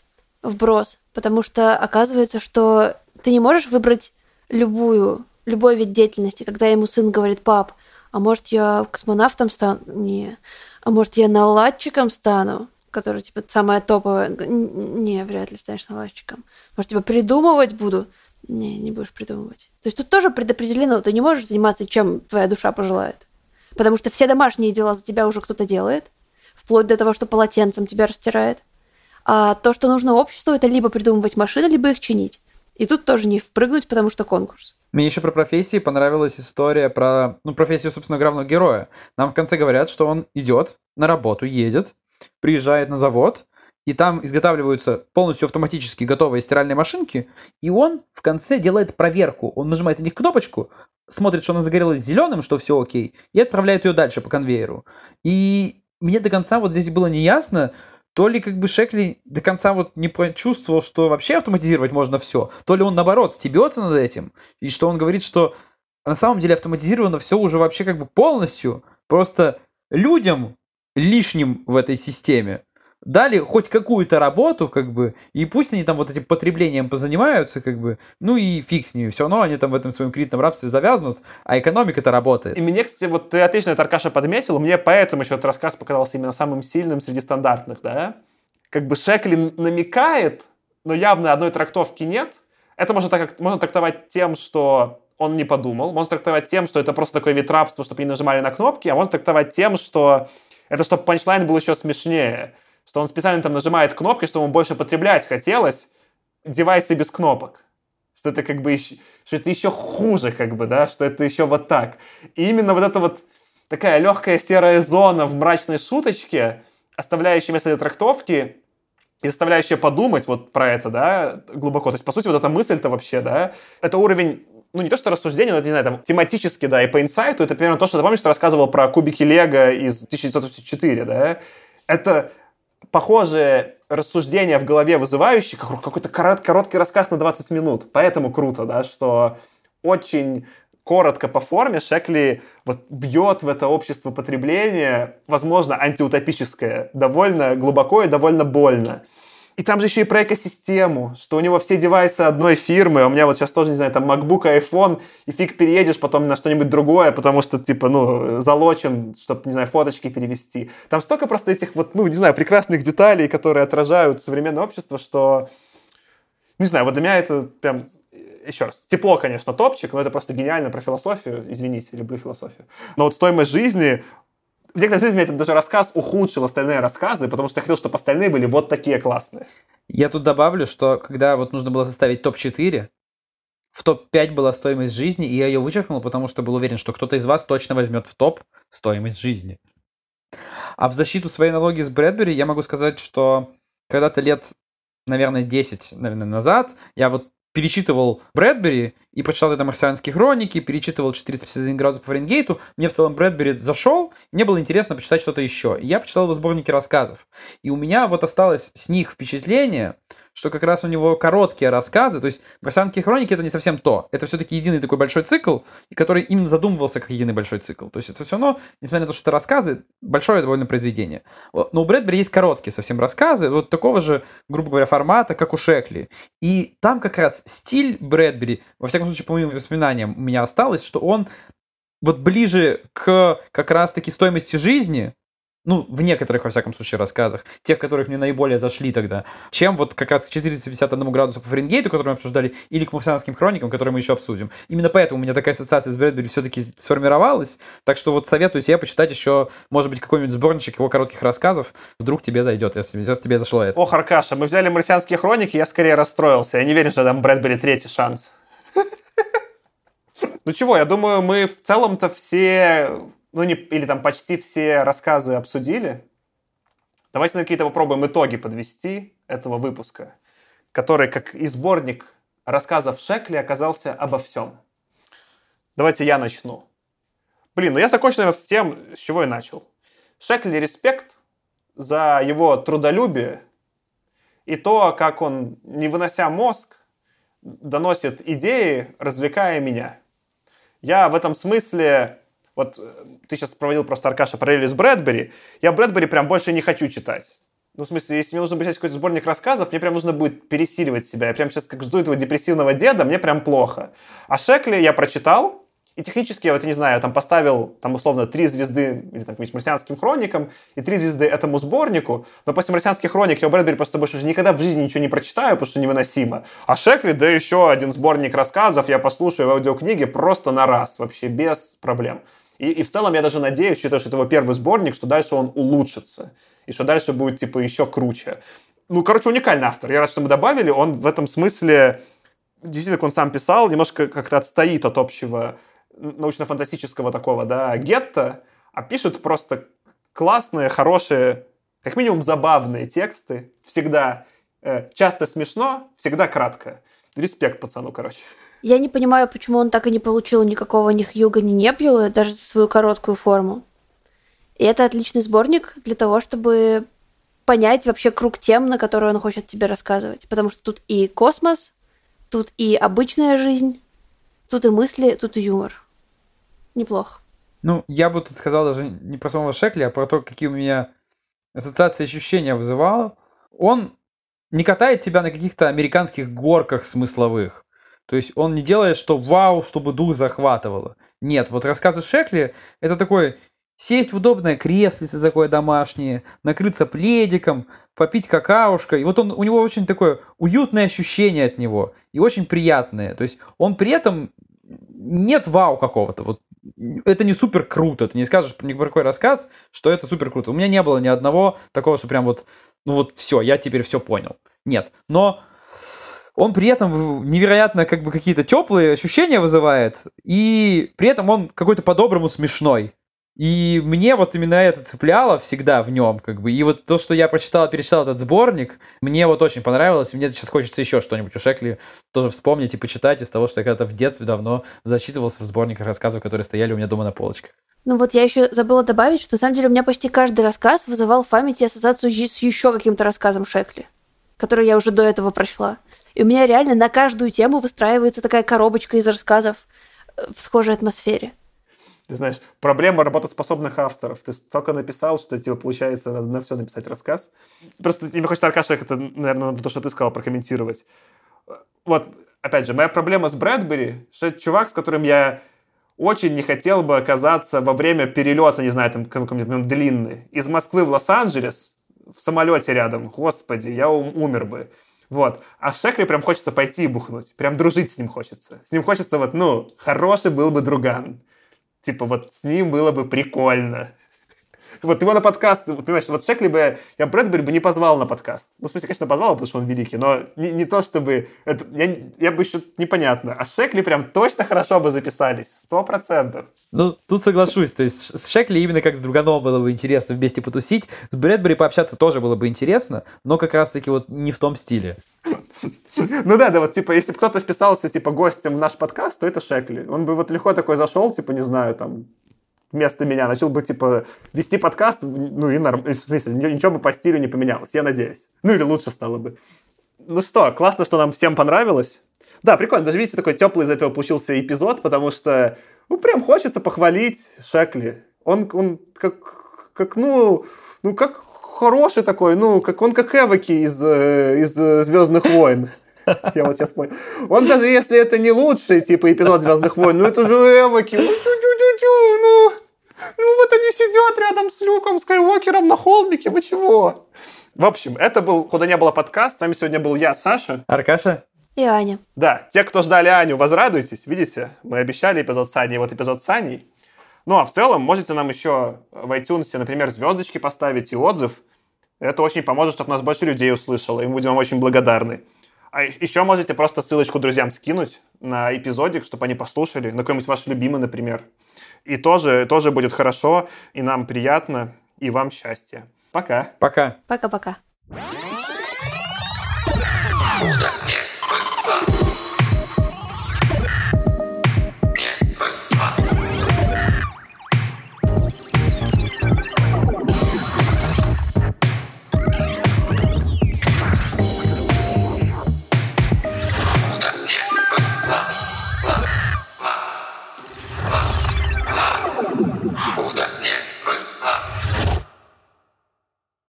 Speaker 3: вброс, потому что оказывается, что ты не можешь выбрать любой вид деятельности, когда ему сын говорит: пап, а может я космонавтом стану? Не. А может я наладчиком стану? Который, типа, самая топовая. Не, вряд ли станешь наладчиком. Может, типа, придумывать буду? Не будешь придумывать. То есть тут тоже предопределено. Ты не можешь заниматься, чем твоя душа пожелает. Потому что все домашние дела за тебя уже кто-то делает. Вплоть до того, что полотенцем тебя растирает. А то, что нужно обществу, это либо придумывать машины, либо их чинить. И тут тоже не впрыгнуть, потому что конкурс.
Speaker 2: Мне еще про профессии понравилась история про, профессию, собственно, главного героя. Нам в конце говорят, что он идет на работу, едет, приезжает на завод, и там изготавливаются полностью автоматически готовые стиральные машинки, и он в конце делает проверку. Он нажимает на них кнопочку, смотрит, что она загорелась зеленым, что все окей, и отправляет ее дальше по конвейеру. И мне до конца вот здесь было неясно, то ли как бы Шекли до конца вот не почувствовал, что вообще автоматизировать можно все, то ли он наоборот стебется над этим, и что он говорит, что на самом деле автоматизировано все уже вообще как бы полностью, просто людям лишним в этой системе дали хоть какую-то работу, как бы, и пусть они там вот этим потреблением позанимаются, как бы, и фиг с ними, все равно они там в этом своем кредитном рабстве завязнут, а экономика-то работает.
Speaker 1: И мне, кстати, вот ты отлично это, Аркаша, подметил, мне поэтому еще этот рассказ показался именно самым сильным среди стандартных, да? Как бы Шекли намекает, но явно одной трактовки нет. Это можно трактовать тем, что он не подумал, можно трактовать тем, что это просто такой вид рабства, чтобы они нажимали на кнопки, а можно трактовать тем, что это чтобы панчлайн был еще смешнее. Что он специально там нажимает кнопки, чтобы ему больше потреблять хотелось девайсы без кнопок. Что это как бы еще, что это еще хуже, как бы, да, что это еще вот так. И именно вот эта вот такая легкая серая зона в мрачной шуточке, оставляющая место для трактовки и заставляющая подумать вот про это, да, глубоко. То есть, по сути, вот эта мысль-то вообще, да, это уровень, не то что рассуждение, но это, не знаю, там, тематически, да, и по инсайту, это примерно то, что ты помнишь, что рассказывал про кубики Лего из 1984, да, это похожее рассуждение в голове вызывающее, какой-то короткий рассказ на 20 минут. Поэтому круто, да, что очень коротко по форме Шекли вот бьет в это общество потребления, возможно, антиутопическое, довольно глубоко и довольно больно. И там же еще и про экосистему, что у него все девайсы одной фирмы, а у меня вот сейчас тоже, не знаю, там MacBook, iPhone, и фиг переедешь потом на что-нибудь другое, потому что, типа, залочен, чтобы, не знаю, фоточки перевести. Там столько просто этих вот, не знаю, прекрасных деталей, которые отражают современное общество, что, не знаю, вот для меня это прям, еще раз, тепло, конечно, топчик, но это просто гениально про философию, извините, люблю философию. Но вот стоимость жизни... В некотором смысле этот даже рассказ ухудшил остальные рассказы, потому что я хотел, чтобы остальные были вот такие классные.
Speaker 2: Я тут добавлю, что когда вот нужно было составить топ-4, в топ-5 была стоимость жизни, и я ее вычеркнул, потому что был уверен, что кто-то из вас точно возьмет в топ стоимость жизни. А в защиту своей аналогии с Брэдбери я могу сказать, что когда-то лет, наверное, 10 назад я вот перечитывал Брэдбери и прочитал это «Марсианские хроники», перечитывал 451 градус по Фаренгейту. Мне в целом Брэдбери зашел, мне было интересно почитать что-то еще. И я почитал его сборники рассказов. И у меня вот осталось с них впечатление, что как раз у него короткие рассказы, то есть «Марсианские хроники» — это не совсем то. Это все-таки единый такой большой цикл, и который именно задумывался как единый большой цикл. То есть это все равно, несмотря на то, что это рассказы, большое довольно произведение. Но у Брэдбери есть короткие совсем рассказы, вот такого же, грубо говоря, формата, как у Шекли. И там как раз стиль Брэдбери, во всяком случае, по моим воспоминаниям, у меня осталось, что он вот ближе к как раз-таки стоимости жизни, ну, в некоторых, во всяком случае, рассказах, тех, которых мне наиболее зашли тогда, чем вот как раз к 451 градусу по Фаренгейту, который мы обсуждали, или к «Марсианским хроникам», которые мы еще обсудим. Именно поэтому у меня такая ассоциация с Брэдбери все-таки сформировалась, так что вот советую тебе почитать еще, может быть, какой-нибудь сборничек его коротких рассказов, вдруг тебе зайдет, если тебе зашло это.
Speaker 1: Ох, Аркаша, мы взяли «Марсианские хроники», я скорее расстроился, я не верю, что дам Брэдбери третий шанс. Ну чего, я думаю, мы в целом-то все, или там почти все рассказы обсудили. Давайте на какие-то попробуем итоги подвести этого выпуска, который, как и сборник рассказов Шекли, оказался обо всем. Давайте я начну. Я закончу, наверное, с тем, с чего я начал. Шекли респект за его трудолюбие и то, как он, не вынося мозг, доносит идеи, развлекая меня. Я в этом смысле, вот ты сейчас проводил просто, Аркаша, параллели с Брэдбери, я Брэдбери прям больше не хочу читать. В смысле, если мне нужно писать какой-то сборник рассказов, мне прям нужно будет пересиливать себя. Я прям сейчас как жду этого депрессивного деда, мне прям плохо. А Шекли я прочитал, и технически, я не знаю, там поставил, условно, 3 звезды или там каким-нибудь «Марсианским хроникам» и 3 звезды этому сборнику, но после «Марсианских хроник» я у Брэдбери просто больше никогда в жизни ничего не прочитаю, потому что невыносимо. А Шекли, да еще один сборник рассказов я послушаю в аудиокниге просто на раз, вообще без проблем. И в целом я даже надеюсь, считаю, что это его первый сборник, что дальше он улучшится, и что дальше будет, еще круче. Уникальный автор. Я рад, что мы добавили. Он в этом смысле, действительно, как он сам писал, немножко как-то отстоит от общего научно-фантастического такого, гетто, а пишет просто классные, хорошие, как минимум забавные тексты. Всегда часто смешно, всегда кратко. Респект пацану, короче.
Speaker 3: Я не понимаю, почему он так и не получил никакого ни Хьюга, ни Небулы, даже за свою короткую форму. И это отличный сборник для того, чтобы понять вообще круг тем, на которые он хочет тебе рассказывать. Потому что тут и космос, тут и обычная жизнь, тут и мысли, тут и юмор. Неплохо.
Speaker 2: Я бы тут сказал даже не про самого Шекли, а про то, какие у меня ассоциации и ощущения вызывал. Он не катает тебя на каких-то американских горках смысловых. То есть он не делает, что вау, чтобы дух захватывало. Нет, вот рассказы Шекли — это такой сесть в удобное креслице такое домашнее, накрыться пледиком, попить какаушкой. И вот у него очень такое уютное ощущение от него и очень приятное. То есть он при этом нет вау какого-то. Вот это не супер круто. Ты не скажешь ни про какой рассказ, что это супер круто. У меня не было ни одного такого, что прям все, я теперь все понял. Нет. Но он при этом невероятно какие-то теплые ощущения вызывает, и при этом он какой-то по-доброму смешной. И мне вот именно это цепляло всегда в нем, И вот то, что я перечитал этот сборник, мне вот очень понравилось, и мне сейчас хочется еще что-нибудь у Шекли тоже вспомнить и почитать из того, что я когда-то в детстве давно зачитывался в сборниках рассказов, которые стояли у меня дома на полочках.
Speaker 3: Я еще забыла добавить, что на самом деле у меня почти каждый рассказ вызывал в памяти ассоциацию с еще каким-то рассказом Шекли, который я уже до этого прочла. И у меня реально на каждую тему выстраивается такая коробочка из рассказов в схожей атмосфере.
Speaker 1: Ты знаешь, проблема работоспособных авторов. Ты столько написал, что получается надо на все написать рассказ. Просто мне хочется, Аркаша, это, наверное, то, что ты сказал, прокомментировать. Вот, опять же, моя проблема с Брэдбери, что это чувак, с которым я очень не хотел бы оказаться во время перелета, не знаю, какой-нибудь длинный, из Москвы в Лос-Анджелес, в самолете рядом. Господи, я умер бы. Вот. А Шекли прям хочется пойти и бухнуть. Прям дружить с ним хочется. С ним хочется хороший был бы друган. С ним было бы прикольно. Его на подкаст, понимаешь, Шекли бы, я Брэдбери бы не позвал на подкаст. В смысле, конечно, позвал, потому что он великий, но не то, чтобы... я бы еще непонятно. А Шекли прям точно хорошо бы записались, 100%.
Speaker 2: Тут соглашусь. То есть с Шекли именно как с друганом было бы интересно вместе потусить. С Брэдбери пообщаться тоже было бы интересно, но как раз-таки не в том стиле.
Speaker 1: Если бы кто-то вписался, гостем в наш подкаст, то это Шекли. Он бы легко такой зашел, не знаю, вместо меня, начал бы, вести подкаст, и в смысле, ничего бы по стилю не поменялось, я надеюсь. Или лучше стало бы. Ну что, классно, что нам всем понравилось. Да, прикольно. Даже, видите, такой теплый из этого получился эпизод, потому что, ну, прям хочется похвалить Шекли. Он как хороший такой, он как Эвоки из «Звездных войн». Я вот сейчас понял. Он даже если это не лучший, типа, эпизод «Звездных войн», ну это же Эвоки. Ну вот они сидят рядом с Люком Скайуокером на холмике, вы чего? В общем, это был «Куда не было» подкаст. С вами сегодня был я, Саша.
Speaker 2: Аркаша.
Speaker 3: И Аня.
Speaker 1: Да, те, кто ждали Аню, возрадуйтесь. Видите, мы обещали эпизод с Аней, вот эпизод с Аней. Ну, а в целом, можете нам еще в iTunes, например, звездочки поставить и отзыв. Это очень поможет, чтобы нас больше людей услышало, и мы будем вам очень благодарны. А еще можете просто ссылочку друзьям скинуть на эпизодик, чтобы они послушали, на какой-нибудь ваш любимый, например. И тоже будет хорошо, и нам приятно, и вам счастья. Пока.
Speaker 2: Пока.
Speaker 3: Пока-пока.